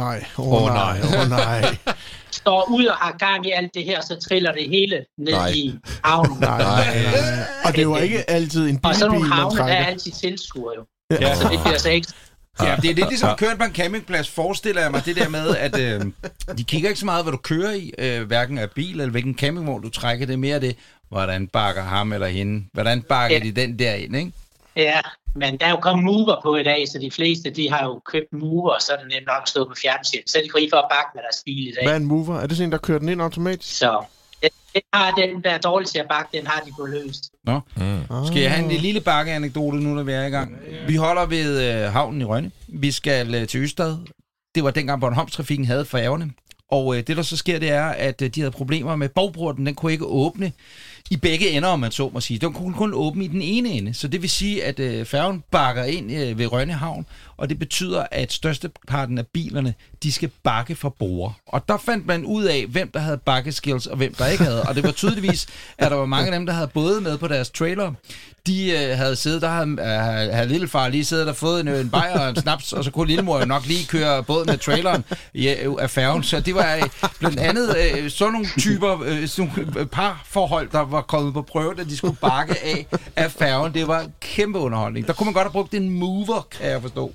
Nej. Står ud og har gang i alt det her, så triller det hele ned i havnen. Nej. Og det var ikke altid en bilbil, og sådan nogle havne, man der trækker. er altid tilskuer jo. Ja. Så det bliver så ikke... Ja, det er lidt ligesom at køre på en campingplads, forestiller jeg mig det der med, at de kigger ikke så meget, hvad du kører i, hverken af bil eller hvilken campingvogn du trækker, det er mere det, hvordan bakker ham eller hende, hvordan bakker de den der ind, ikke? Ja, men der er jo kommet mover på i dag, så de fleste, de har jo købt mover, og så er det nemt nok stået på fjernsyn, så er de fri for at bakke med deres bil i dag. Hvad er en mover? Er det sådan en, der kører den ind automatisk? Så den der er dårlig til at bakke, den har de fået løst. Nå. Skal jeg have en lille bakkeanekdote nu, når vi er i gang? Vi holder ved havnen i Rønne. Vi skal til Ystad. Det var dengang, Bornholmstrafikken havde færgerne. Og det, der så sker, det er, at de havde problemer med bogporten. Den kunne ikke åbne i begge ender, om man så må sige. Den kunne kun åbne i den ene ende. Så det vil sige, at færgen bakker ind ved Rønne Havn, og det betyder, at størsteparten af bilerne, de skal bakke fra borde. Og der fandt man ud af, hvem der havde bakkeskills, og hvem der ikke havde. Og det var tydeligvis, at der var mange af dem, der havde både med på deres trailer. De havde siddet, der havde lillefar lige siddet og fået en bajer og en snaps, og så kunne lillemor jo nok lige køre båden med traileren af færgen. Så det var blandt andet sådan nogle typer, sådan nogle parforhold, der var kommet på prøve, da de skulle bakke af færgen. Det var kæmpe underholdning. Der kunne man godt have brugt en mover, kan jeg forstå.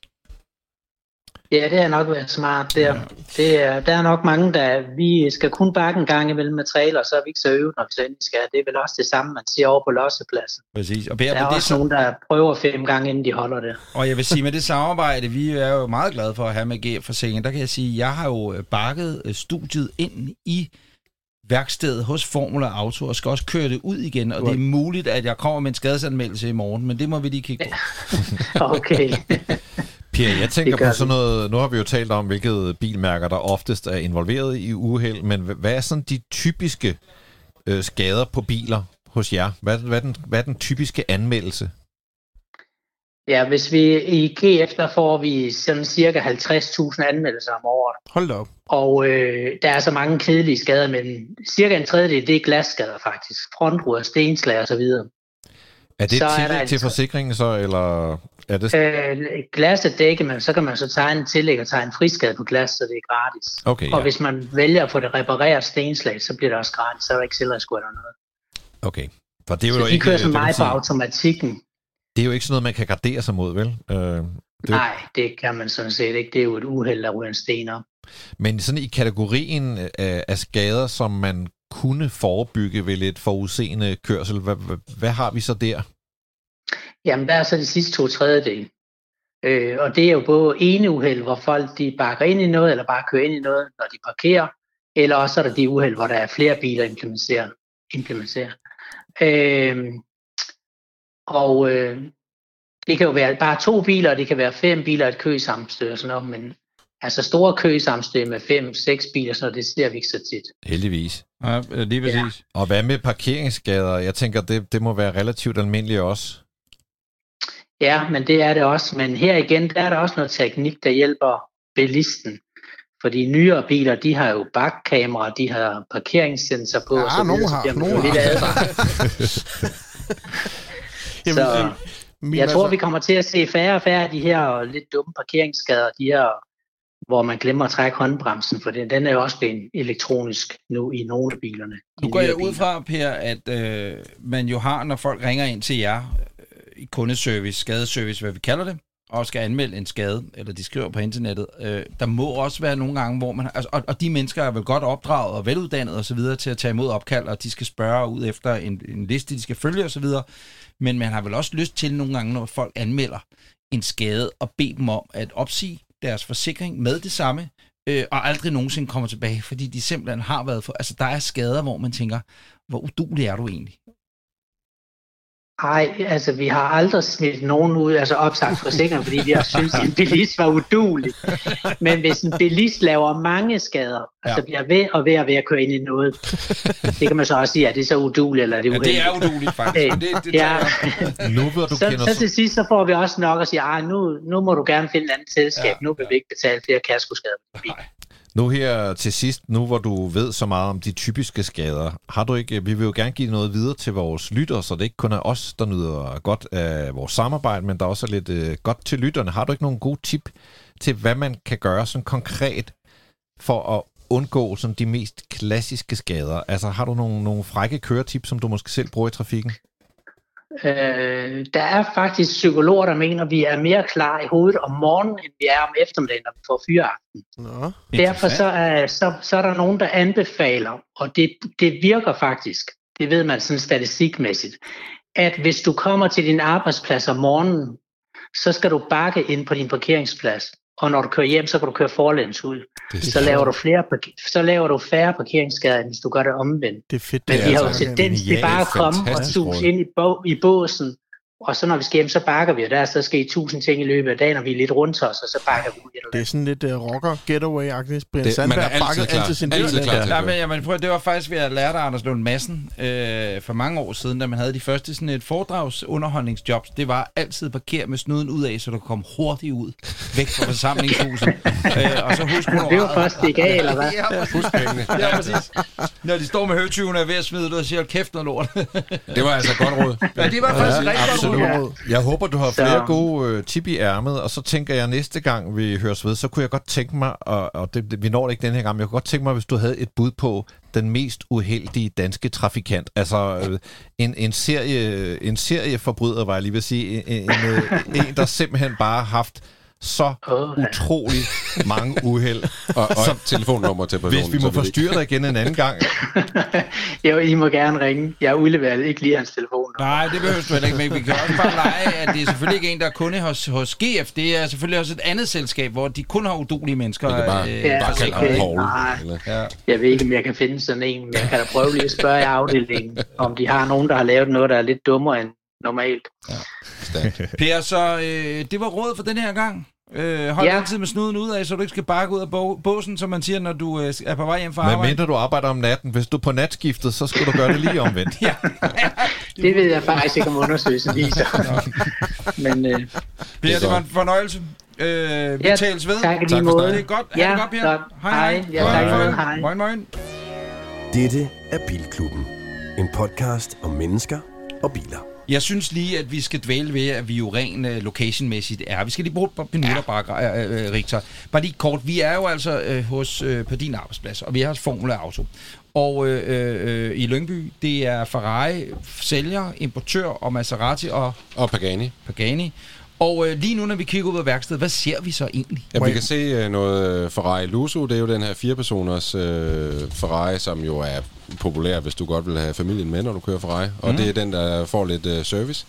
Ja, det har nok været smart der. Ja. Der er nok mange, der vi skal kun bakke en gang imellem med trailer, så er vi ikke så øvet, når vi så endelig skal. Det er vel også det samme, man siger over på lossepladsen. Præcis. Og der er også nogen, der prøver 5 gange, inden de holder det. Og jeg vil sige, med det samarbejde, vi er jo meget glade for at have med GF-forsikring, der kan jeg sige, at jeg har jo bakket studiet ind i værkstedet hos Formula Auto, og skal også køre det ud igen, og det er muligt, at jeg kommer med en skadesanmeldelse i morgen, men det må vi lige kigge på. Okay. Per, jeg tænker på sådan noget, nu har vi jo talt om, hvilke bilmærker, der oftest er involveret i uheld, men hvad er sådan de typiske skader på biler hos jer? Hvad er den typiske anmeldelse? Ja, hvis vi i GF, der får vi sådan cirka 50.000 anmeldelser om året. Hold da op. Og der er så mange kedelige skader, men cirka en tredjedel, det er glasskader faktisk. Frontruder, stenslag og så videre. Er det tillæg til forsikringen så, eller er det... Glasset dækker man, så kan man så tegne en tillæg og tegne en friskade på glas, så det er gratis. Okay, og hvis man vælger at få det repareret stenslag, så bliver det også gratis, så er der ikke selvrisiko eller noget. Okay. For det er så jo de ikke, kører så meget på automatikken. Det er jo ikke sådan noget, man kan gardere sig mod, vel? Nej, det kan man sådan set ikke. Det er jo et uheld, der ryger en sten op. Men sådan i kategorien af skader, som man kunne forebygge ved lidt forudseende kørsel, hvad har vi så der? Jamen, der er så de sidste 2/3. Og det er jo både ene uheld, hvor folk de bakker ind i noget, eller bare kører ind i noget, når de parkerer, eller også er der de uheld, hvor der er flere biler implementerer. Det kan jo være bare 2 biler, og det kan være 5 biler, et kø sammenstød og sådan noget, men Altså store køsamstød med 5-6 biler, så det ser vi ikke så tit. Heldigvis. Ja, lige præcis. Ja. Og hvad med parkeringsskader? Jeg tænker, det må være relativt almindeligt også. Ja, men det er det også. Men her igen, der er der også noget teknik, der hjælper bilisten. Fordi nyere biler, de har jo bakkamera, de har parkeringssensor på. Ja, og så nogen videre, har. Så jeg tror, vi kommer til at se færre og færre af de her lidt dumme parkeringsskader, de her, hvor man glemmer at trække håndbremsen, for den er jo også blevet elektronisk nu i nogle af bilerne. Nu går jeg ud fra, Per, at man jo har, når folk ringer ind til jer i kundeservice, skadeservice, hvad vi kalder det, og skal anmelde en skade, eller de skriver på internettet, der må også være nogle gange, hvor man... Altså, og de mennesker er vel godt opdraget og veluddannet og så videre til at tage imod opkald, og de skal spørge ud efter en liste, de skal følge og så videre. Men man har vel også lyst til nogle gange, når folk anmelder en skade, og bede dem om at opsige deres forsikring med det samme, og aldrig nogensinde kommer tilbage, fordi de simpelthen har været for... Altså, der er skader, hvor man tænker, hvor uduelig er du egentlig? Nej, altså vi har aldrig smidt nogen ud, altså opsagt forsikring, fordi vi har synes, at en bilist var uduelig. Men hvis en bilist laver mange skader, altså bliver ved at køre ind i noget, det kan man så også sige, at det er så uduligt, eller er det uheldigt. Ja, det er uduligt faktisk. Så til sidst, så får vi også nok at sige, nu må du gerne finde et andet selskab, nu vil vi ikke betale flere kaskoskader. Nu her til sidst, nu hvor du ved så meget om de typiske skader, har du ikke, vi vil jo gerne give noget videre til vores lyttere, så det ikke kun er os, der nyder godt af vores samarbejde, men der er også lidt godt til lytterne. Har du ikke nogen gode tip til, hvad man kan gøre sådan konkret for at undgå sådan de mest klassiske skader? Altså har du nogle frække køretip, som du måske selv bruger i trafikken? Der er faktisk psykologer, der mener, at vi er mere klar i hovedet om morgenen, end vi er om eftermiddagen, når vi får fyraften. Derfor så er der nogen, der anbefaler, og det virker faktisk, det ved man sådan statistikmæssigt, at hvis du kommer til din arbejdsplads om morgenen, så skal du bakke ind på din parkeringsplads. Og når du kører hjem, så kan du køre forlæns ud. Så laver du færre parkeringsskader, end hvis du gør det omvendt. Det er fedt. Men vi har jo tendens til bare at komme og sus ind i båsen, og så når vi skal hjem, så bakker vi, og der er så sket 1000 ting i løbet af dagen, og vi er lidt rundt os, og så bakker vi ud. Det er sådan lidt rocker getaway-agtigt. Brian Sandberg bakkede altid sin del. Det var faktisk ved at lære dig, Anders Lund Madsen, for mange år siden, da man havde de første sådan et foredragsunderholdningsjobs. Det var altid at parkere med snuden ud af, så du kom hurtigt ud, væk fra forsamlingshuset. Og så husk det var først ikke af, eller hvad? Husk pengene. Ja, præcis. Når de står med høtyvene og er ved at smide ud og siger, kæft noget lort. Det var altså godt råd. Ja, det var faktisk rigtig godt. Jeg håber, du har flere gode tip i ærmet, og så tænker jeg, næste gang vi høres ved, så kunne jeg godt tænke mig, og vi når det ikke den her gang, men jeg kunne godt tænke mig, hvis du havde et bud på den mest uheldige danske trafikant. Altså en serieforbryder, var jeg lige vil sige. En, der simpelthen bare har haft så utrolig mange uheld. Og telefonnummer til personen. Hvis vi må forstyrre dig igen en anden gang. Jo, I må gerne ringe. Jeg udleverer ikke lige hans telefon. Nej, det behøver du heller ikke, men vi kan også bare lege, at det er selvfølgelig ikke en, der er kunde hos GF. Det er selvfølgelig også et andet selskab, hvor de kun har udulige mennesker. Det kan bare kalde ham Poul. Jeg ved ikke, om jeg kan finde sådan en, men jeg kan da prøve lige at spørge i afdelingen, om de har nogen, der har lavet noget, der er lidt dummere end normalt. Ja. Per, så det var rådet for den her gang. Hold altid med snuden ud af, så du ikke skal bakke ud af båsen, som man siger, når du er på vej hjem fra arbejde. Men mindre du arbejder om natten. Hvis du er på natskiftet, så skal du gøre det lige omvendt. Ja. Det ved jeg faktisk ikke, om undersøgelsen viser. Men, Per, det var en fornøjelse. Vi tales ved. Tak lige måde. Det er godt. Ha' det godt, Per. Hej. Hej. Moin, moin. Dette er Bilklubben. En podcast om mennesker og biler. Jeg synes lige, at vi skal dvæle ved, at vi jo rent locationmæssigt er. Vi skal lige bruge et par minutter, Richter. Bare lige kort. Vi er jo altså på din arbejdsplads, og vi har Formula Auto. Og i Lyngby, det er Ferrari, sælger, importør og Maserati og Pagani. Og lige nu, når vi kigger ud af værkstedet, hvad ser vi så egentlig? Ja, vi kan se noget Ferrari Lusso. Det er jo den her 4-personers Ferrari, som jo er populær, hvis du godt vil have familien med, når du kører Ferrari. Og det er den, der får lidt service.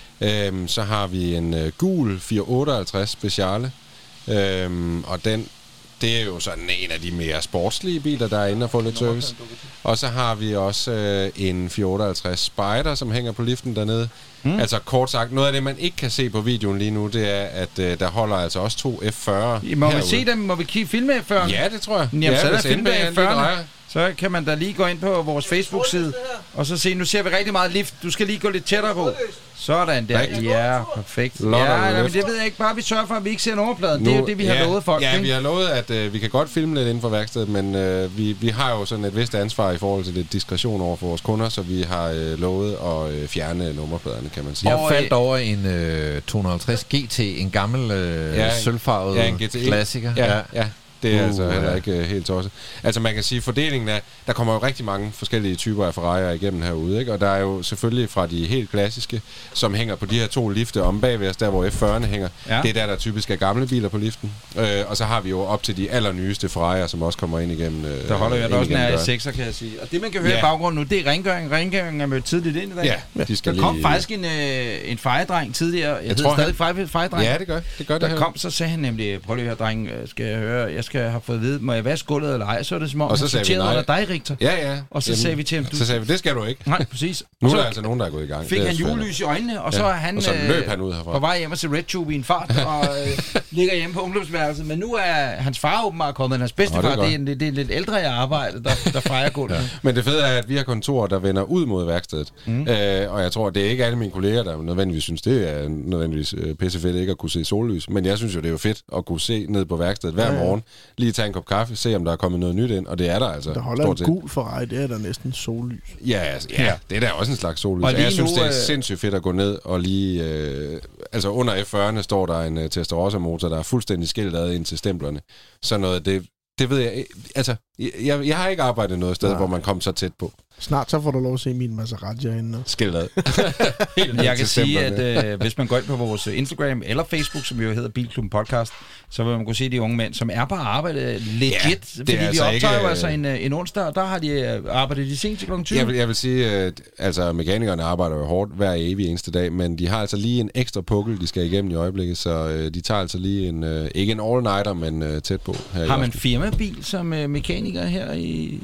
Så har vi en gul 458 Speciale. Og det er jo sådan en af de mere sportslige biler, der er inde og får lidt service. Og så har vi også en 458 Spider, som hænger på liften dernede. Altså kort sagt, noget af det, man ikke kan se på videoen lige nu, det er, at der holder altså også 2 F40. Må vi se dem? Må vi filme F40'en? Ja, det tror jeg. Jamen, så er der filme F40'en. Så kan man da lige gå ind på vores Facebook-side, og så se, nu ser vi rigtig meget lift. Du skal lige gå lidt tættere på. Sådan der. Ja, perfekt. Ja, men det ved jeg ikke. Bare vi sørger for, at vi ikke ser nummerpladen. Det er jo det, vi har lovet folk. Ja, vi har lovet, at vi kan godt filme lidt inden for værkstedet, men vi har jo sådan et vist ansvar i forhold til lidt diskretion over for vores kunder, så vi har lovet at fjerne nummerpladerne, kan man sige. Jeg faldt over en 250 GT, en gammel sølvfarvet klassiker. Ja. Det er altså heller ikke helt tosset. Altså man kan sige, fordelingen af, der kommer jo rigtig mange forskellige typer af Ferrari'er igennem herude, ikke? Og der er jo selvfølgelig fra de helt klassiske, som hænger på de her 2 lifte om bagved os, der hvor F40'erne hænger. Ja. Det er der typisk er gamle biler på liften. Og så har vi jo op til de allernyeste Ferrari'er, som også kommer ind igennem. Der holder jeg også en R6'er, kan jeg sige. Og det man kan høre i baggrunden nu, det er rengøring. Rengøringen er mødt tidligt ind i dag. Ja, de skal der kom faktisk en fejedreng tidligere. Jeg tror stadig fejedreng. Ja, det gør det. Der kom, så sagde han nemlig, prøv lige at høre, dreng, skal jeg høre, jeg skal have fået at vide, må jeg vaske gulvet eller ej? Så er det som om, han sorterede under dig, Richter. Ja. Og så sagde vi til ham, så sagde vi, det skal du ikke. Nej, præcis. Nu er der altså nogen, der er gået i gang. Fik han julelys i øjnene, og så er han, og så løb han ud herfra. På vej hjem og se Red Tube i en fart, og ligger hjemme på ungdomsværelset. Men nu er hans far åbenbart kommet, hans bedstefar, det er en lidt ældre i arbejde, der fejrer gulvet. Ja. Men det fede er, at vi har kontorer, der vender ud mod værkstedet. Og jeg tror, det er ikke alle mine kolleger, der nødvendigvis synes, det er nødvendigvis pissefedt ikke at kunne se sollys. Men jeg synes jo, det er jo fedt at kunne se ned på værkstedet hver morgen, lige tage en kop kaffe, se om der er kommet noget nyt ind, og det er der altså. Der holder en gul Ferrari, det er der næsten sollys. Ja, det er da også en slags sollys. Og jeg synes, det er sindssygt fedt at gå ned og lige... altså under F40'erne står der en Testarossa-motor, der er fuldstændig skilt ad ind til stemplerne. Så noget, det ved jeg... Altså, jeg har ikke arbejdet noget sted, hvor man kom så tæt på. Snart så får du lov at se min Maserati herinde. Skilt ad. Jeg kan sige, at hvis man går ind på vores Instagram eller Facebook, som jo hedder Bilklubben Podcast, så vil man kunne se de unge mænd, som er på arbejde legit. Ja, fordi altså vi optager jo altså en onsdag, og der har de arbejdet de sent til kl. 20. Jeg vil sige, at altså, mekanikerne arbejder jo hårdt hver evig eneste dag, men de har altså lige en ekstra pukkel, de skal igennem i øjeblikket, så de tager altså lige en, ikke en all-nighter, men tæt på. Her har man firmabil som mekaniker her i...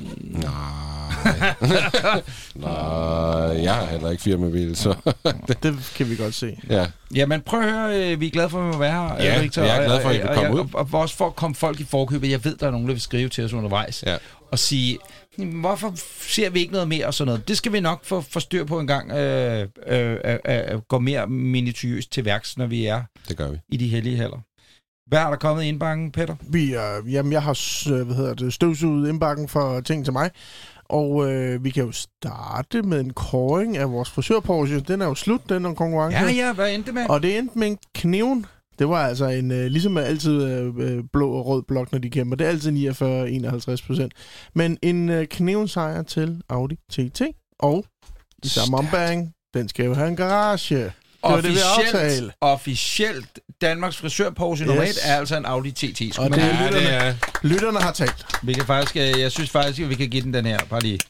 Nej, jeg har heller ikke firmabil, så... det kan vi godt se. Ja, men prøv at høre, vi er glade for, at vi må være her, ja, Victor. Jeg er glad for, at I vil komme ud. Og også for at komme folk i forkøbet. Jeg ved, der er nogen, der vil skrive til os undervejs og sige, hvorfor ser vi ikke noget mere og sådan noget. Det skal vi nok få styr på en gang. Gå mere minutiøst til værks, når vi er i de hellige haller. Hvad har der kommet i indbakken, Peter? Jeg har støvsuget indbakken for ting til mig. Og vi kan jo starte med en kåring af vores frisør-Porsche. Den er jo slut, den konkurrence. Ja, hvad endte med? Og det endte med en Kneven. Det var altså en, ligesom altid blå og rød blok, når de kæmper. Det er altid 49-51%. Men en Kneven-sejr til Audi TT. Og i samme ombæring, den skal jo have en garage. Officielt Danmarks frisør-Porsche nummer 1 er altså en Audi TT. Og lytterne har talt. Vi kan faktisk, jeg synes faktisk, at vi kan give den her. Bare lige.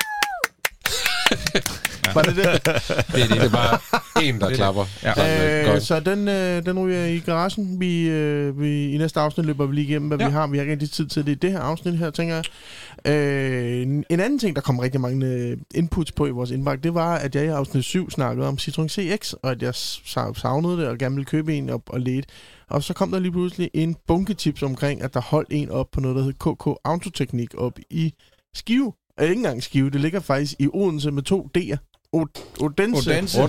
Var det det? Det er bare en, der klapper. Ja. Så den ryger i garagen. I næste afsnit løber vi lige igennem, hvad vi har. Vi har ikke rigtig tid til det i det her afsnit her, tænker jeg. En anden ting, der kom rigtig mange inputs på i vores indbakke, det var, at jeg i afsnit 7 snakkede om Citroën CX, og at jeg savnede det og gerne ville købe en op og lede. Og så kom der lige pludselig en bunketips omkring, at der holdt en op på noget, der hed KK Autoteknik op i Skive. Ikke engang Skive, det ligger faktisk i Odense med 2 D'er. Odense.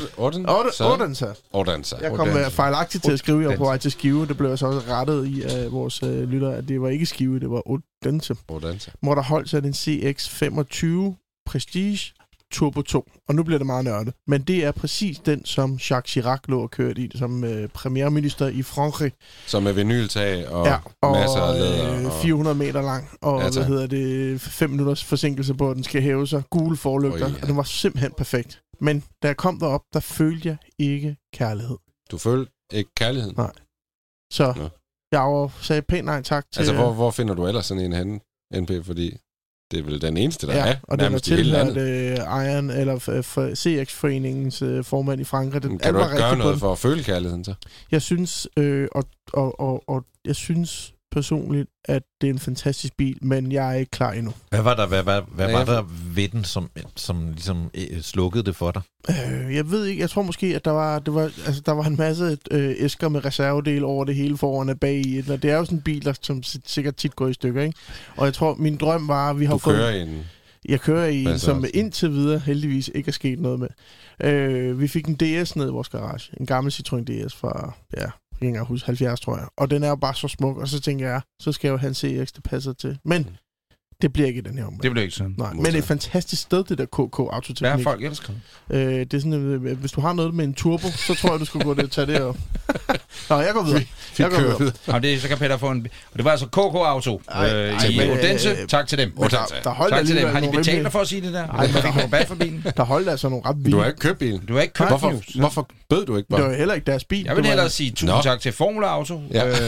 Jeg kom fejlagtigt til at skrive, jeg var på vej til Skive. Det blev så også rettet i af vores lyttere, at det var ikke Skive, det var Odense. Hvor der holdt sig den CX-25 Prestige Turbo 2. Og nu bliver det meget nørdet. Men det er præcis den, som Jacques Chirac lå og kørte i, som premierminister i Frankrig. Som med vinyltag og masser af læder. 400 meter lang. Og 5 minutters forsinkelse på, at den skal hæve sig. Gule forlygter. Og den var simpelthen perfekt. Men da jeg kom derop, der følte jeg ikke kærlighed. Du følte ikke kærlighed? Nej. Så jeg sagde pænt nej tak til... Altså, hvor finder du ellers sådan en henne, NP? Fordi det er vel den eneste, der er. Og den var tilhørt Iron, eller CX-foreningens formand i Frankrig. Kan du ikke gøre noget for at føle kærligheden så? Jeg synes, jeg synes, personligt, at det er en fantastisk bil, men jeg er ikke klar endnu. Hvad var der ved den, som ligesom slukkede det for dig? Jeg ved ikke. Jeg tror måske, at der var en masse æsker med reservedel over det hele foran og bag i. Det er jo sådan en bil, som sikkert tit går i stykker, ikke? Og jeg tror, min drøm var, at vi har Jeg kører i en, som indtil videre heldigvis ikke er sket noget med. Vi fik en DS ned i vores garage. En gammel Citroën DS fra, jeg kan huske 70, tror jeg. Og den er jo bare så smuk, og så tænker jeg, så skal jeg jo have en CX, det passer til. Men det bliver ikke i den her omgang. Det bliver ikke sådan. Nej, men et fantastisk sted, det der KK Autoteknik. Hvad er folk ellers skrevet? Det er sådan, hvis du har noget med en turbo, så tror jeg, du skulle gå det og tage det op. Nå, jeg går videre. Jamen, så kan Peter få en... Og det var altså KK Auto i Odense. Tak til dem. Tak til dem. Har de betalt dig for at sige det der? Ej, fik du rabat for bilen? Der holdt altså nogle ret vilde. Du har ikke købt bilen. Hvorfor bød du ikke bare? Det var heller ikke deres bil. Jeg vil hellere sige tusind tak til Formula Auto.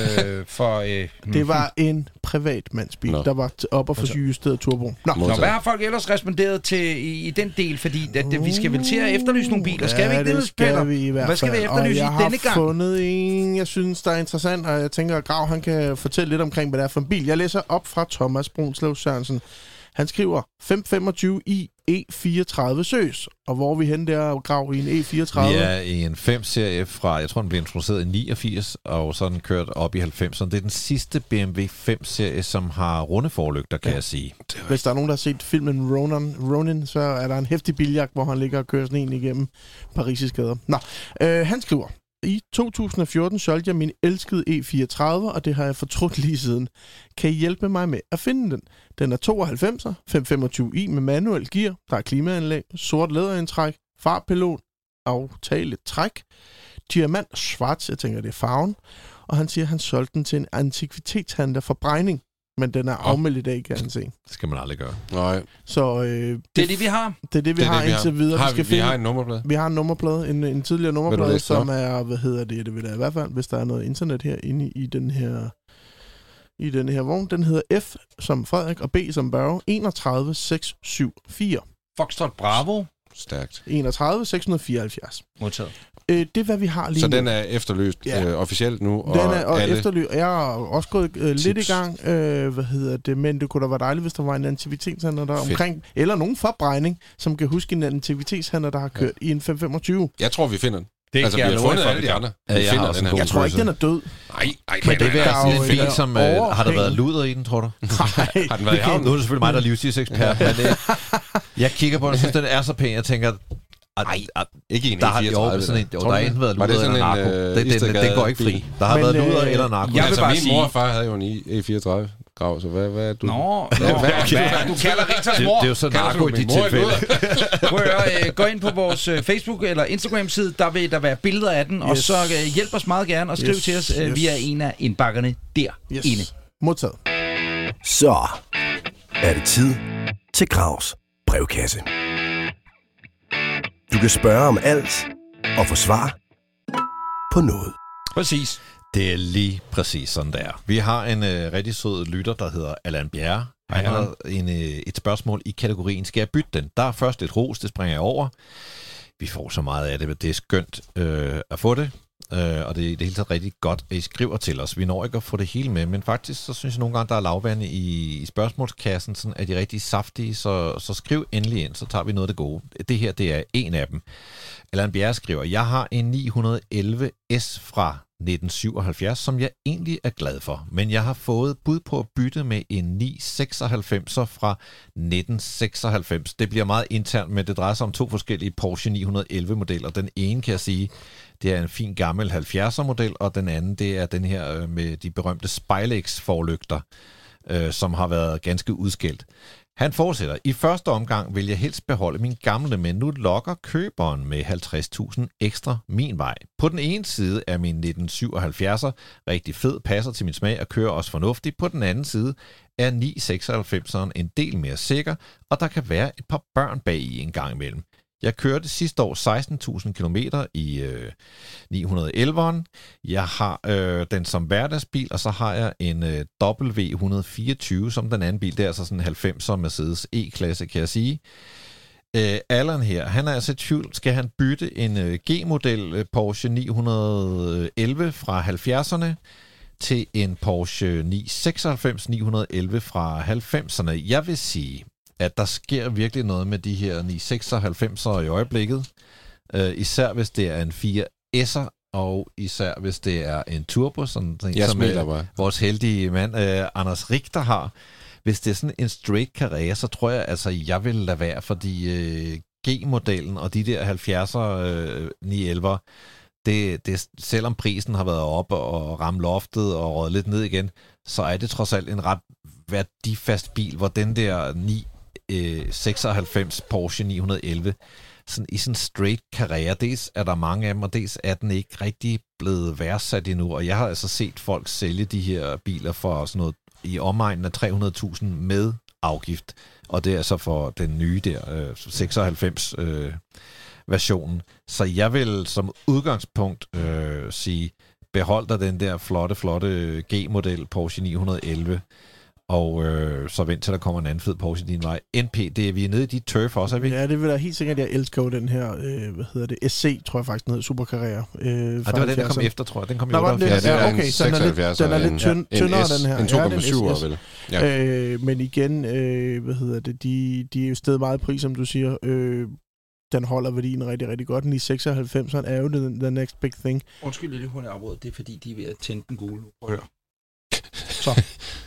Det var en privatmandsbil, der var op og få justeret turbo. Nå, hvad har folk ellers responderet til i den del? Fordi vi skal vel til at efterlyse nogle biler. Skal vi ikke det, Peter? Hvad skal vi efterlyse i denne gang? Jeg har fundet en, jeg synes, der er interessant, og jeg tænker, at Grav, han kan fortælle lidt omkring, hvad det er for en bil. Jeg læser op fra Thomas Brunslev Sørensen. Han skriver 525 i E34 Søs. Og hvor er vi henne der, Grav, i en E34? Vi er i en 5-serie fra, jeg tror, den blev introduceret i 89, og så den kørt op i 90'erne. Det er den sidste BMW 5-serie, som har runde forlygter, kan jeg sige. Hvis der er nogen, der har set filmen Ronin, så er der en heftig biljagt, hvor han ligger og kører sådan en igennem Paris' gader. Nå, han skriver... I 2014 solgte jeg min elskede E34, og det har jeg fortrudt lige siden. Kan I hjælpe mig med at finde den? Den er 92'er, 525i med manuel gear, der er klimaanlæg, sort læderindtræk, fartpilot, aftaget træk, diamant svart, jeg tænker det er farven, og han siger, at han solgte den til en antikvitetshandler for Brejning. Men den er afmeldt i dag, kan han se. Det skal man aldrig gøre. Nej. Så, det er det, vi har. Det er det, vi har indtil videre. Vi har en nummerplade. Vi har en nummerplade, en tidligere nummerplade, som er, det vil der i hvert fald, hvis der er noget internet her inde i den her vogn. Den hedder F som Frederik og B som Børge. 31674. Foxtrot Bravo. Stærkt. 31674. Modtaget. Det er, hvad vi har lige så nu. den er efterløst officielt nu? Den er efterløst. Jeg har også gået lidt i gang. Men det kunne da være dejligt, hvis der var en antikvitetshandler der omkring. Eller nogen fra Brejning, som kan huske en antikvitetshandler, der har kørt i en 525. Jeg tror, vi finder den. Det vi har fundet alle de andre. Jeg tror ikke, den er død. Nej. Men det er sådan en bil, som... har der været luder i den, tror du? Nej. Har den været i havn? Nu er det selvfølgelig mig, der er livsstilsekspert, men jeg kigger på den, og synes, den er så pæn. Jeg tænker... Nej, ikke en der har enten været luder eller narko. Den går ikke fri. Der har været luder eller narko. Min mor og far havde jo en E34 Grav, så hvad er du? Nå, du kalder Richters mor. Det er jo så narko i dit tilfælde. Gå ind på vores Facebook eller Instagram-side, der vil der være billeder af den, og så hjælp os meget gerne og skriv til os via en af indbakkerne derinde. Modtaget. Så er det tid til Gravs brevkasse. Du kan spørge om alt og få svar på noget. Præcis. Det er lige præcis sådan, der. Vi har en rigtig sød lytter, der hedder Allan Bjerre. Han har et spørgsmål i kategorien, skal jeg bytte den? Der er først et ros, det springer jeg over. Vi får så meget af det, men det er skønt at få det. Og det er i det hele taget rigtig godt, at I skriver til os. Vi når ikke at få det hele med, men faktisk så synes jeg nogle gange, der er lavvande i spørgsmålskassen, sådan at de er rigtig saftige, så skriv endelig ind, så tager vi noget af det gode. Det her, det er en af dem. Allan Bjerre skriver, jeg har en 911 S fra 1977, som jeg egentlig er glad for, men jeg har fået bud på at bytte med en 996'er fra 1996. Det bliver meget internt, men det drejer sig om to forskellige Porsche 911-modeller. Den ene, kan jeg sige, det er en fin gammel 70'er-model, og den anden, det er den her med de berømte Spilex-forlygter, som har været ganske udskilt. Han fortsætter. I første omgang vil jeg helst beholde min gamle, men nu lokker køberen med 50.000 ekstra min vej. På den ene side er min 1977'er rigtig fed, passer til min smag og kører også fornuftigt. På den anden side er 996'eren en del mere sikker, og der kan være et par børn bag i en gang imellem. Jeg kørte sidste år 16.000 km i 911'eren. Jeg har den som hverdagsbil, og så har jeg en W124 som den anden bil. Det er altså sådan en 90'er Mercedes E-klasse, kan jeg sige. Allan her, han er altså i tvivl. Skal han bytte en G-model Porsche 911 fra 70'erne til en Porsche 996 911 fra 90'erne. Jeg vil sige, at der sker virkelig noget med de her 996'ere i øjeblikket. Især hvis det er en 4S'er, og især hvis det er en turbo, som vores heldige mand, Anders Richter, har. Hvis det er sådan en straight Carrera, så tror jeg, altså, jeg vil lade være, fordi G-modellen og de der 70'er 911'er, det, selvom prisen har været oppe og ramt loftet og røget lidt ned igen, så er det trods alt en ret værdifast bil, hvor den der 996 Porsche 911, sådan i sådan straight Carrera, dels er der mange af dem, og dels er den ikke rigtig blevet værdsat endnu, og jeg har altså set folk sælge de her biler for sådan noget i omegnen af 300.000 med afgift, og det er altså for den nye der 96 versionen. Så jeg vil som udgangspunkt sige, behold dig den der flotte G-model Porsche 911, og så vent til der kommer en anden fed Porsche i din vej. NP, det er vi nede i de turf også, er vi? Ja, det vil da helt sikkert. Jeg elsker jo den her, SC, tror jeg faktisk, den hedder, Super Carrera. Det var den, der kom efter, tror jeg. Den kom i 78. Ja, okay, så den er lidt tyndere, den her. En 2,7'er, vel? Ja. Men igen, de er jo stedet meget pris, som du siger. Den holder værdien rigtig, rigtig godt. Den i 96'eren er jo the next big thing. Undskyld lidt, hun er afbrudt. Det er fordi, de er ved at tænde den gule. Prøv at høre. Så.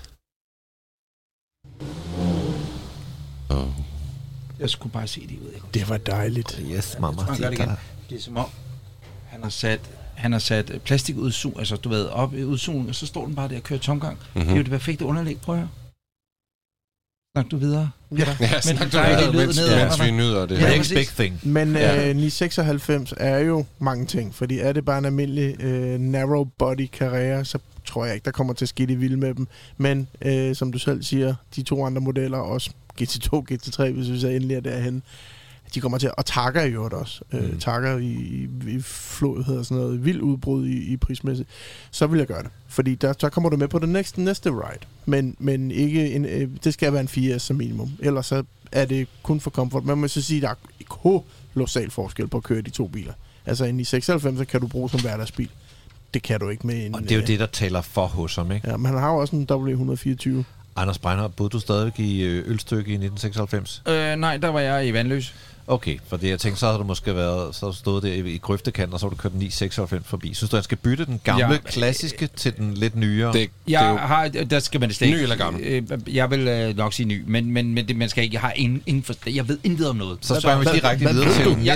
Jeg skulle bare se det ud. Ikke? Det var dejligt. Yes, mamma. Det er som om, han har sat plastikudsug, altså du ved, op i udsugningen, og så står den bare der og kører tomgang. Det er jo det perfekte underlæg. Prøv at høre. Snak du videre. Ja, snak du videre, mens vi nyder det. Ja, next big thing. Men 996 er jo mange ting, fordi er det bare en almindelig narrow body Carrera, så tror jeg ikke, der kommer til at ske det vilde med dem. Men som du selv siger, de to andre modeller, også GT2, GT3, hvis vi så endelig er derhen, de kommer til, og takker jo også. Takker i flod, hedder sådan noget, vild udbrud i prismæssigt. Så vil jeg gøre det. Fordi der kommer du med på det næste ride. Men ikke det skal være en 4S som minimum. Ellers så er det kun for comfort. Man må så sige, at der er kolossal forskel på at køre de to biler. Altså en i 96 kan du bruge som hverdagsbil. Det kan du ikke med en... Og det er jo det, der taler for hos ham, ikke? Ja, men han har jo også en W124. Anders Breinholt, boede du stadigvæk i Ølstykke i 1996? Nej, der var jeg i Vandløs. Okay, for det jeg tænkte, så havde du måske været, så stået der i grøftekanten, og så har du kørt den 996 forbi. Synes du, han skal bytte den gamle, klassiske til den lidt nyere? Der skal man det slet ikke. Ny eller gammel? Jeg vil nok sige ny, men man skal ikke. Jeg har ingen forstand. Jeg ved intet om noget. Så spørger vi direkte videre til den.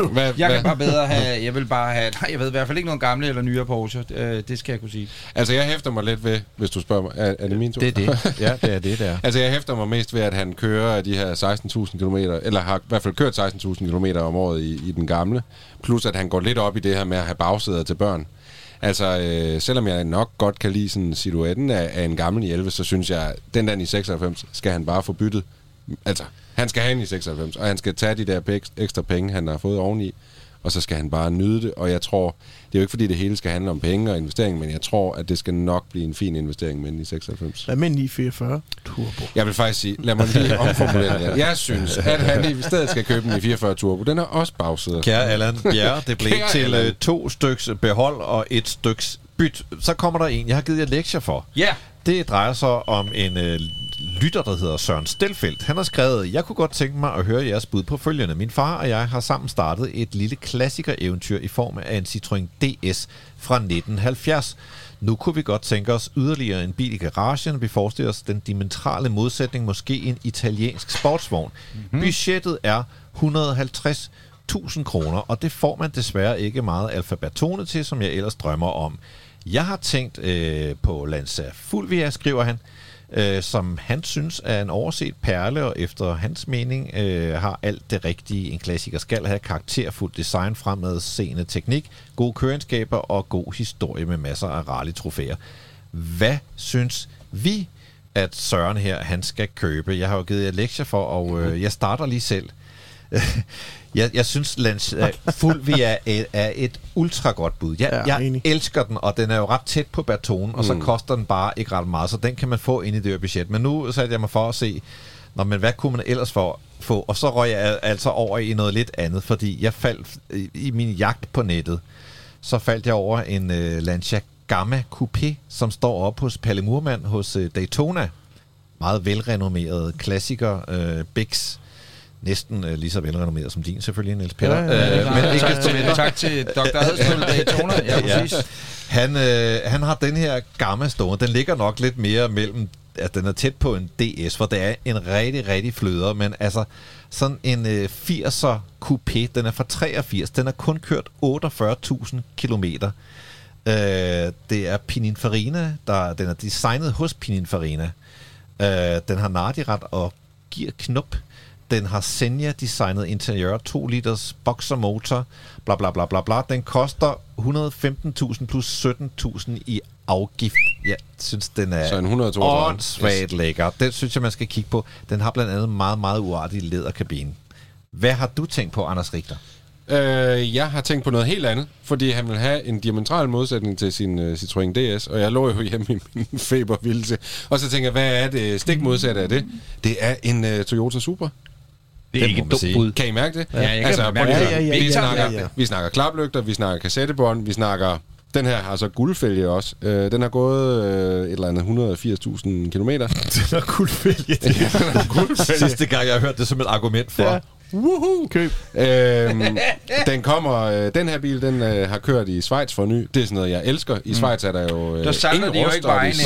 Jeg vil bare have... Jeg ved i hvert fald ikke noget gamle eller nyere Porsche. Det skal jeg kunne sige. Altså, jeg hæfter mig lidt ved, hvis du spørger mig, er det min tur? Det er det. Ja, det er det, der. Altså, jeg hæfter mig mest ved, at han kører de her 16.000 kilometer, eller har i hvert fald kørt 16.000 kilometer om året i den gamle. Plus, at han går lidt op i det her med at have bagsæder til børn. Altså, selvom jeg nok godt kan lide sådan silhuetten af en gammel 11, så synes jeg, at den der i 96 skal han bare få byttet. Altså, han skal have en i 96, og han skal tage de der ekstra penge, han har fået oveni, og så skal han bare nyde det. Og jeg tror, det er jo ikke fordi det hele skal handle om penge og investering, men jeg tror, at det skal nok blive en fin investering med en i 96. Hvad med en 944 Turbo? Jeg vil faktisk sige, lad mig lige omformulere det. Jeg synes, at han i stedet skal købe en 944 Turbo. Den er også bagsæder. Kære Allan Bjerre, det blev til 2 styks behold og 1 styks byt. Så kommer der en, jeg har givet jer lektier for. Ja. Yeah. Det drejer sig om en lytter, der hedder Søren Stelfeldt. Han har skrevet, jeg kunne godt tænke mig at høre jeres bud på følgende. Min far og jeg har sammen startet et lille klassiker-eventyr i form af en Citroën DS fra 1970. Nu kunne vi godt tænke os yderligere en bil i garagen. Vi forestiller os den diametrale modsætning, måske en italiensk sportsvogn. Budgettet er 150.000 kroner, og det får man desværre ikke meget Alfa Bertone til, som jeg ellers drømmer om. Jeg har tænkt på Lancia Fulvia, skriver han, som han synes er en overset perle, og efter hans mening har alt det rigtige. En klassiker skal have karakterfuldt design, fremadseende teknik, gode køreegenskaber og god historie med masser af rally-trofæer. Hvad synes vi, at Søren her, han skal købe? Jeg har jo givet jer lektier for, og jeg starter lige selv. Jeg synes, Lancia Fulvia er et ultra godt bud. Jeg elsker den, og den er jo ret tæt på Bertone, og så koster den bare ikke ret meget, så den kan man få ind i det her budget. Men nu satte jeg mig for at se, men hvad kunne man ellers få? Og så røg jeg altså over i noget lidt andet, fordi jeg faldt i min jagt på nettet, så faldt jeg over en Lancia Gamma Coupé, som står op hos Palle Murmann hos Daytona. Meget velrenommeret klassiker, Bix. Næsten lige så velrenommeret som din, selvfølgelig, Niels Peter. Men ikke tak til Dr. Hadsmølle Daytona. Ja, præcis. Han har den her Gamma stående. Den ligger nok lidt mere mellem, at den er tæt på en DS, for det er en rigtig, rigtig fløder, men altså sådan en 80'er coupé, den er fra 83, den har kun kørt 48.000 kilometer. Det er Pininfarina, den er designet hos Pininfarina. Den har nardirat og gearknop. Den har Senja designet interiør, 2 liters boxermotor, bla bla bla bla bla. Den koster 115.000 plus 17.000 i afgift. Jeg synes, den er åndssvagt lækker. Den synes jeg, man skal kigge på. Den har blandt andet meget, meget uartig læderkabine. Hvad har du tænkt på, Anders Richter? Jeg har tænkt på noget helt andet, fordi han vil have en diametral modsætning til sin Citroën DS, og jeg lå jo hjemme i min febervildelse. Og så tænker jeg, hvad er det stik modsatte af det? Det er en Toyota Supra. Det er ikke et dumt bud. Kan I mærke det? Ja, jeg kan mærke det. Vi snakker klaplygter, vi snakker kassettebånd, vi snakker... Den her har så guldfælge også. Den har gået et eller andet 180.000 kilometer. Den har guldfælge. Sidste gang, jeg har hørt det som et argument for... Ja. Woohoo! Køb. Den kommer... den her bil, den har kørt i Schweiz for ny. Det er sådan noget, jeg elsker. I Schweiz er der jo... Der salter de jo ikke vejene.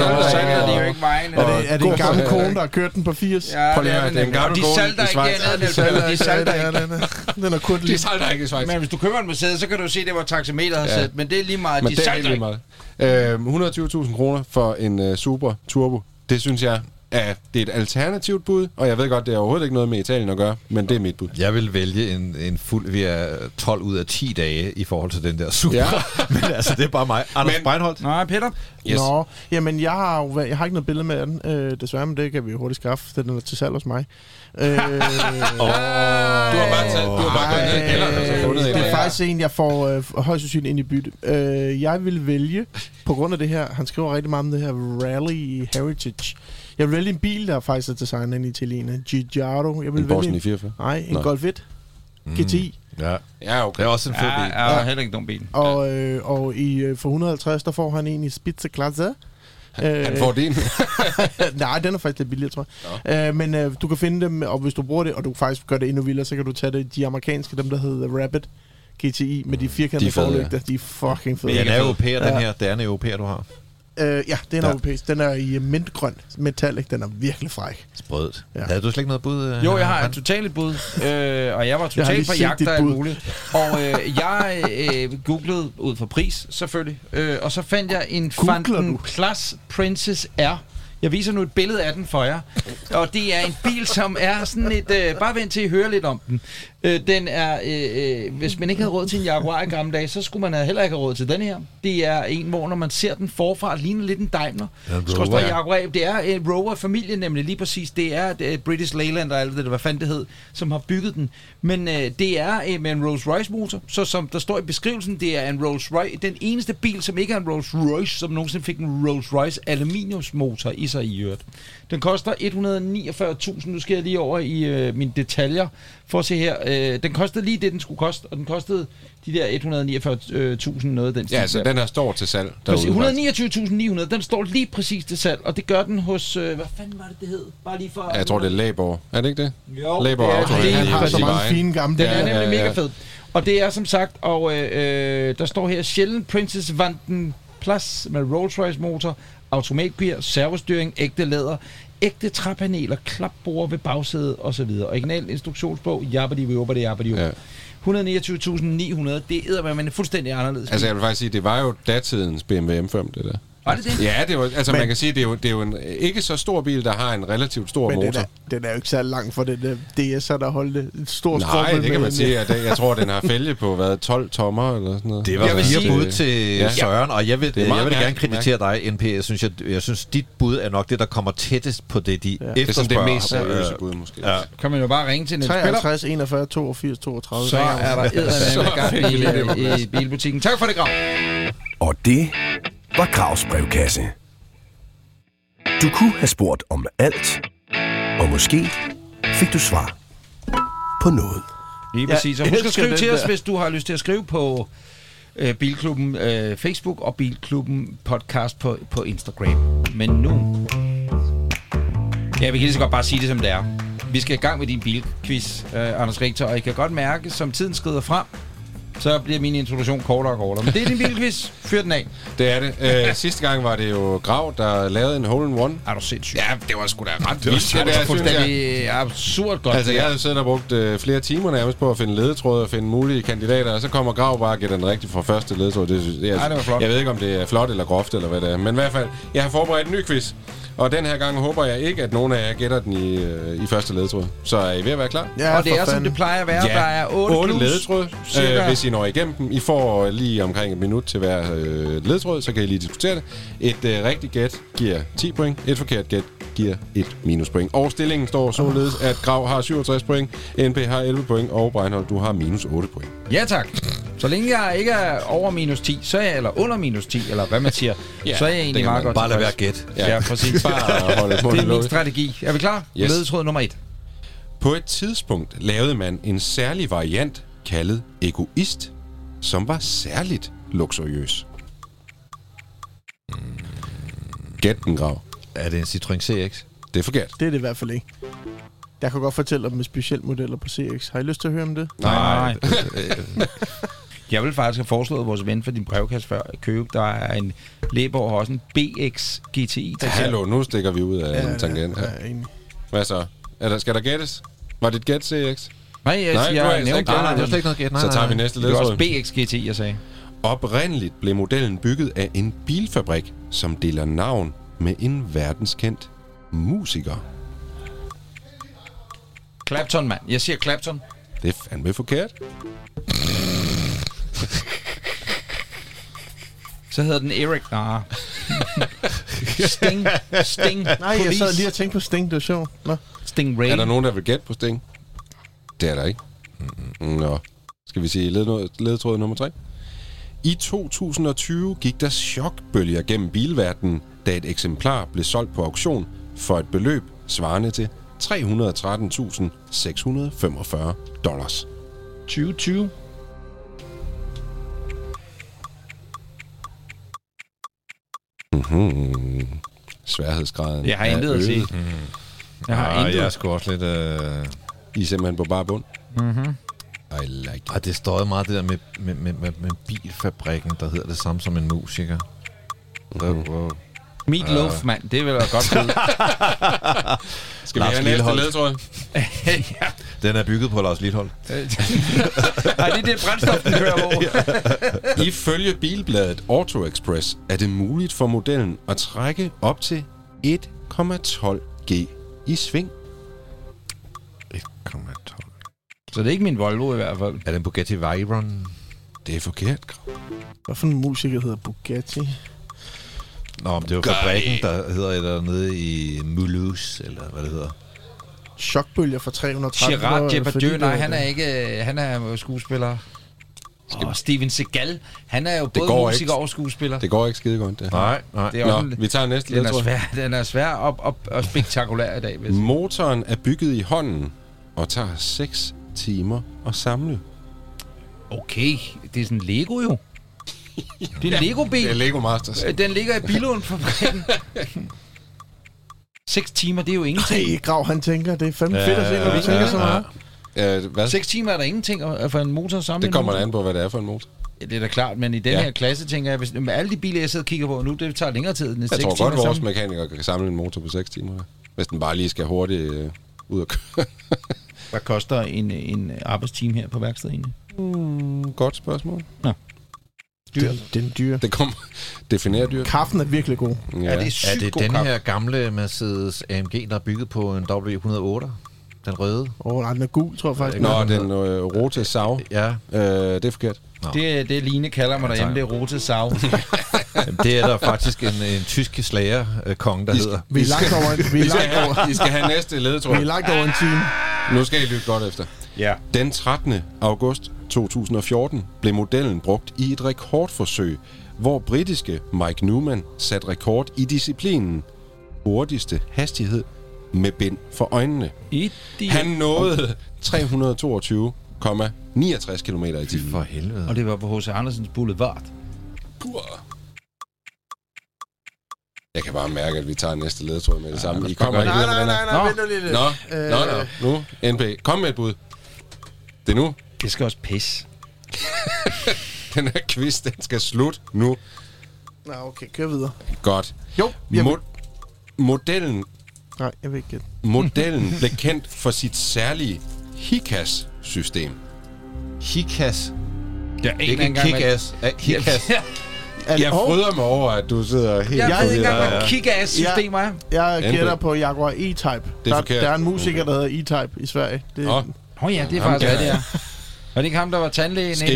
Er det en gammel kone, der har kørt den på 80? Ja, det er en gammel kone i Schweiz. De salter ikke. Den er kun de salter ikke i Schweiz. Men hvis du køber en Mercedes, så kan du se, det var taxameter har sat. Men det er lige meget. De salter ikke. 120.000 kroner for en Supra Turbo. Det synes jeg... Ja, det er et alternativt bud, og jeg ved godt, det er overhovedet ikke noget med Italien at gøre, men det er mit bud. Jeg vil vælge en fuld, vi er 12 ud af 10 dage i forhold til den der Supra. Ja. Men altså, det er bare mig. Anders Breinholt? Nej, Peter? Yes. Nå, jamen jeg har ikke noget billede med den, desværre, men det kan vi jo hurtigt skaffe. Den er til salg hos mig. Du har bare fundet det er faktisk en, jeg får højst sandsynligt ind i bytte. Jeg vil vælge, på grund af det her, han skriver rigtig meget om det her Rally Heritage. Jeg vil vælge en bil, der faktisk er designet en italiener. Giugiaro. Jeg vil en Porsche 944? Nej, en Golf 1. GTI. Ja, okay. Det er også en fed bil. Ja, heller ikke dum bil. Og for 150, der får han en i Spitzeklasse. Han får din? Nej, den er faktisk lidt billigere, tror jeg. Men du kan finde dem, og hvis du bruger det, og du faktisk gør det endnu vildere, så kan du tage det, de amerikanske, dem der hedder Rapid GTI, med de firkantede forlygter. De er fucking fede. Men den er europæer, den her. Det er en europæer, du har. Ja, det er en europæisk. Den er i mintgrøn metallic. Den er virkelig fræk. Sprødt. Ja. Havde du slet ikke noget bud? Jo, jeg har et totalt bud. Og jeg var totalt på jagt af alt muligt. Og jeg googlede ud for pris, selvfølgelig. Og så fandt jeg en Phantom Plus Princess R. Jeg viser nu et billede af den for jer. Og det er en bil, som er sådan et... bare vent til at høre lidt om den. Den er... hvis man ikke havde råd til en Jaguar i gamle dage, så skulle man heller ikke have råd til den her. Det er en, hvor når man ser den forfra, ligner lidt en Daimler. Jaguar. Det er en Rover-familie, nemlig lige præcis. Det er British Leyland og alt det, hvad fanden det hed, som har bygget den. Men det er med en Rolls-Royce-motor. Så som der står i beskrivelsen, det er en Rolls-Royce. Den eneste bil, som ikke er en Rolls-Royce, som nogensinde fik en Rolls-Royce aluminiumsmotor i sig i øvrigt. Den koster 149.000. Nu skal jeg lige over i mine detaljer for at se her. Den kostede lige det, den skulle koste, og den kostede de der 149.000 noget. Den ja, så den her står til salg. 129.900, den står lige præcis til salg, og det gør den hos... hvad fanden var det hed? Bare lige for... Ja, jeg tror, det er Labor. Er det ikke det? Jo, Labor Auto. Han har så mange fine gamle. Den er nemlig mega fed. Og det er som sagt, og der står her, Sjælden Princess Phantom Plus med Rolls-Royce motor, automatgear, servostyring, ægte læder, ægte træpaneler, klapbord ved bagsædet osv. Original instruktionsbog, jabbadi. 129.900, det er man fuldstændig anderledes. Altså jeg vil faktisk sige, det var jo datidens BMW M5, det der. Var det det? Ja, det var, altså man kan sige, det er jo en ikke så stor bil, der har en relativt stor motor. Den er jo ikke så lang for den DS'er, der holdt en stor skrubbel. Nej, det kan man sige. Jeg tror, den har fælge på 12 tommer eller sådan noget. Det var 4 bud til Søren, og jeg vil gerne kreditere dig, NP. Jeg synes, dit bud er nok det, der kommer tættest på det, de efterspørger. Det er det mest seriøse bud, måske. Ja. Kan man jo bare ringe til Niels Peter. 53, 41, 82, 32. Så er der eddermame i bilbutikken. Tak for det, Grav. Og det var Gravs brevkasse. Du kunne have spurgt om alt, og måske fik du svar på noget. Lige præcis. Og husk at skrive til os, hvis du har lyst til at skrive på Bilklubben Facebook og Bilklubben podcast på Instagram. Men nu... Ja, vi kan lige så godt bare sige det, som det er. Vi skal i gang med din bilquiz, Anders Richter, og I kan godt mærke, som tiden skrider frem, så bliver min introduktion kortere og kortere. Men det er din bilquiz. Fyr den af. Det er det. Sidste gang var det jo Grav, der lavede en hole-in-one. Er du sindssygt? Ja, det var sgu da ret vildt. Det er fuldstændig absurd godt. Altså, jeg havde siddet og brugt flere timer nærmest på at finde ledetråde og finde mulige kandidater, og så kommer Grav bare og giver den rigtig fra første ledetråd. Det var flot. Jeg ved ikke, om det er flot eller groft, eller hvad det er. Men i hvert fald, jeg har forberedt en ny quiz. Og den her gang håber jeg ikke, at nogen af jer gætter den i første ledetråd. Så er I ved at være klar? Ja, og det er, som det plejer at være. Ja, der er 8 ledetråd. Hvis I når igennem dem. I får lige omkring et minut til hver ledetråd, så kan I lige diskutere det. Et rigtigt gæt giver 10 point. Et forkert gæt giver 1 minuspoint. Og stillingen står således, at Grav har 67 point, NP har 11 point, og Breinholt, du har minus 8 point. Ja, tak. Så længe jeg ikke er over minus 10, så er jeg, eller under minus 10, eller hvad man siger, så er jeg egentlig meget godt. Bare lade være gæt. Ja, præcis. Bare holde det er min strategi. Er vi klar? Yes. Ledetråd nummer 1. På et tidspunkt lavede man en særlig variant, kaldet Egoist, som var særligt luksuriøs. Gæt den, Grav. Er det en Citroën CX? Det er forkert. Det er det i hvert fald ikke. Jeg kan godt fortælle om specielle modeller på CX. Har I lyst til at høre om det? Nej. Jeg vil faktisk have foreslået vores ven for din brevkasse før at købe. Der er en Leborg, også en BX GTI. Hallo, nu stikker vi ud af en tangent her. Hvad så? Skal der gættes? Var det et gæt CX? Nej, jeg nævnte det. Nej, det var slet ikke noget gæt. Så tager vi næste ledetråd. Det var også BX GTI, jeg sagde. Oprindeligt blev modellen bygget af en bilfabrik, som deler navn med en verdenskendt musiker. Clapton, mand. Jeg siger Clapton. Det er fandme forkert. Så hedder den Erik. Nej. Sting. Nej, jeg sad lige og tænkte på Sting. Det var sjovt. Sting Ray. Er der nogen, der vil gætte på Sting? Det er der ikke. Nå. Skal vi sige ledetråd nummer 3? I 2020 gik der chokbølger gennem bilverdenen, da et eksemplar blev solgt på auktion for et beløb svarende til $313.645. 2020. Sværhedsgraden. Jeg har intet at sige. Jeg er sgu også lidt... I er simpelthen på bare bund. I like it. Det står meget det der med bilfabrikken, der hedder det samme som en musiker. Meatloaf, mand. Det vil være godt kød. Skal vi have næste ledetråd? Ja. Den er bygget på Lars Lilholt. Nej, det er det brændstof, den kører over. Ifølge bilbladet Auto Express er det muligt for modellen at trække op til 1,12 G i sving. 1,12. Så det er ikke min Volvo i hvert fald. Er det en Bugatti Veyron? Det er forkert. Hvad for en musiker hedder Bugatti? Nå, men det er jo fabrikken, der hedder et der nede i Mulhouse, eller hvad det hedder. Chokbølger for 330. Gerard Depardieu, nej, han er skuespiller. Steven Seagal, han er jo både musiker og skuespiller. Det går ikke skide godt, det. Nej. Det er vi tager næste ledetråd. Den er svær og spektakulær i dag. Motoren er bygget i hånden og tager 6 timer at samle. Okay, det er sådan Lego jo. Det er en Lego-bil. Det er Lego Masters. Den ligger i Billund-fabrikken. 6 timer, det er jo ingenting. Nej, Grav, han tænker, det er fandme fedt at se, når du tænker så meget. 6 timer er der ingenting for en motor sammen. Det kommer an på, hvad det er for en motor. Ja, det er da klart, men i den her klasse tænker jeg, med alle de biler, jeg sidder og kigger på nu, det tager længere tid. Jeg tror godt, vores mekaniker kan samle en motor på 6 timer. Hvis den bare lige skal hurtigt ud og køre. Hvad koster en arbejdstime her på værkstedet egentlig? Godt spørgsmål. Ja. Den er dyr. Det kommer definere dyr. Kaffen er virkelig god. Ja, det er sygt god. Er det den her gamle Mercedes AMG, der er bygget på en W108? Den røde? Nej, den er gul, tror jeg faktisk. Nå, den Rote Sau. Ja. Det er forkert. Det Line kalder mig derhjemme, det er Rote Sau. Det er der faktisk en tysk slager-konge, der hedder. Vi er langt over. I skal have næste ledetråd. Vi er langt over en time. Nu skal I lytte godt efter. Ja. Den 13. august 2014 blev modellen brugt i et rekordforsøg, hvor britiske Mike Newman satte rekord i disciplinen hurtigste hastighed med bind for øjnene. Han nåede 322,8 69 km i timen. For helvede. Og det var på H.C. Andersens Boulevard. Jeg kan bare mærke, at vi tager næste ledetråd med det samme. I Nej, vent lidt. Nu, NP. Kom med et bud. Det er nu. Det skal også pisse. Den her quiz, den skal slutte nu. Nå, okay, kør videre. Godt. Jo, modellen nej, jeg vil ikke gætte. Modellen blev kendt for sit særlige HICAS-system. HICAS? Ja, ikke Kick-Ass. HICAS. Jeg fryder mig over, at du sidder helt... Jeg ved ikke engang, hvad Kick-Ass-system er. Jeg gætter på Jaguar E-Type. Det er forkert. Der er en musiker, der hedder E-Type i Sverige. Det er... Ja, det er faktisk hvad det er. Var det ikke ham, der var tandlæge? Skal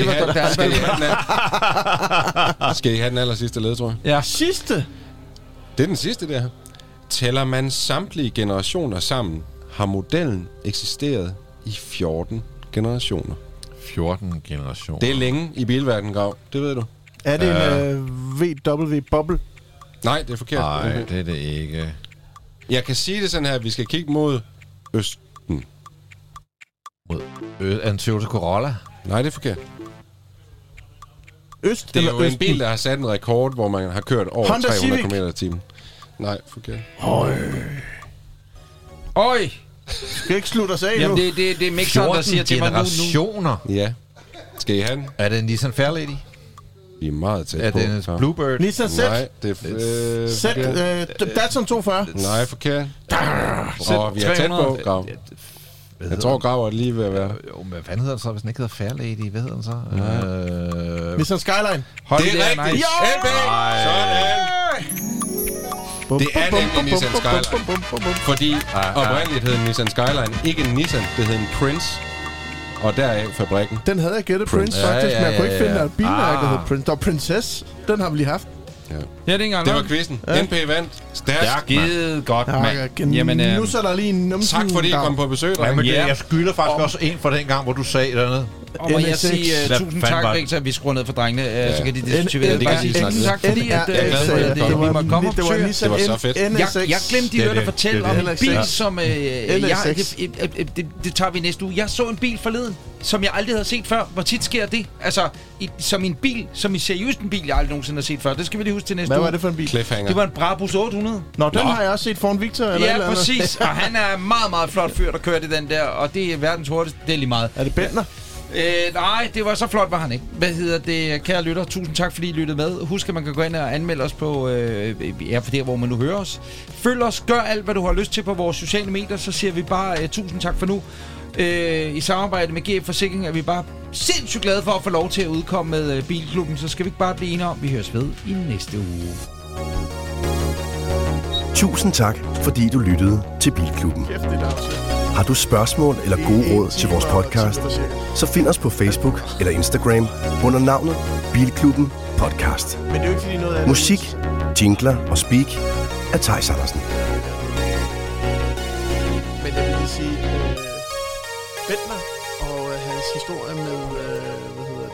I have den aller sidste ledetråd? Ja. Sidste? Det er den sidste, der. Tæller man samtlige generationer sammen, har modellen eksisteret i 14 generationer. 14 generationer. Det er længe i bilverdenen, Grav. Det ved du. Er det en VW-boble? Nej, det er forkert. Nej, det er det ikke. Jeg kan sige det sådan her, at vi skal kigge mod østen. Mod en Toyota Corolla? Nej, det er forkert. Øst Det er eller jo østen? en bil, der har sat en rekord, hvor man har kørt over Honda 300 Civic. km i timen. Nej, forkert. Øj! Skal ikke slutte os af Jamen, nu? det er mixeren, der siger til mig nu. generationer? Ja. Skal I have den? Er det en Nissan Fairlady? Vi er meget tæt Er på. det en Så. Bluebird? Nissan Z? Nej, det er Z, forkert. Datsun 240. Nej, forkert. Og vi er tæt på, Grav. Jeg tror, Grav er lige ved at være. Jo, men hvad fanden hedder den så, hvis den ikke hedder Fairlady? Hvad hedder den så? Nissan Skyline. Det er rigtigt. Nice. LB! Sådan. Det er nemlig Nissan Skyline. Fordi oprindeligt hed Nissan Skyline ikke en Nissan, det hed en Prince. Og deraf fabrikken. Den havde jeg gættet Prince faktisk, men jeg kunne ikke finde, at bilmærket hed Prince. Der var Princess. Den har vi lige haft. Ja, det er ikke engang Det var nok. quizzen. NP vandt. Stærkt. Givet godt, mand. Jamen, nu så er der lige en numse. Tak fordi I kom på besøg, drenge. Men jeg skylder faktisk også en for den gang, hvor du sagde dernede. Og må jeg NSX. sige Hvad tusind fanden tak, var det? Victor, at vi skruer ned for drengene, så kan de diskutere. det kan de snakke Tusind tak, fordi at vi måtte komme og Det var besøge. Nissan Det var så fedt. NSX. Jeg glemte lige at fortælle om en NSX. bil, som... NSX. Det tager vi næste uge. Jeg så en bil forleden, som jeg aldrig havde set før. Hvor tit sker det? Altså, som en bil, som i seriøst en bil, jeg aldrig nogensinde har set før. Det skal vi lige huske til næste Hvad uge. var det for en bil? Cliffhanger. Det var en Brabus 800. Nå, den har jeg også set foran Victor. Eller et eller Ja, andet. præcis. Og han er en meget, meget flot fyr, der kørte den der. Og det er verdens hurtigste. Det er lige meget. Er det Bentner? Nej, det var så flot, var han ikke. Hvad hedder det, kære lytter? Tusind tak, fordi I lyttede med. Husk, at man kan gå ind og anmelde os på, for der, hvor man nu hører os. Følg os, gør alt, hvad du har lyst til på vores sociale medier, så siger vi bare tusind tak for nu. I samarbejde med GF Forsikring er vi bare sindssygt glade for at få lov til at udkomme med Bilklubben, så skal vi ikke bare blive enige om, vi høres ved i næste uge. Tusind tak, fordi du lyttede til Bilklubben. Kæft, det er også. Har du spørgsmål eller gode råd til vores podcast, så find os på Facebook eller Instagram under navnet Bilklubben Podcast. Men det er jo ikke fordi noget af det... Musik, jingler og speak af Theis Andersen. Men jeg vil lige sige, Bentner og hans historie med, hvad hedder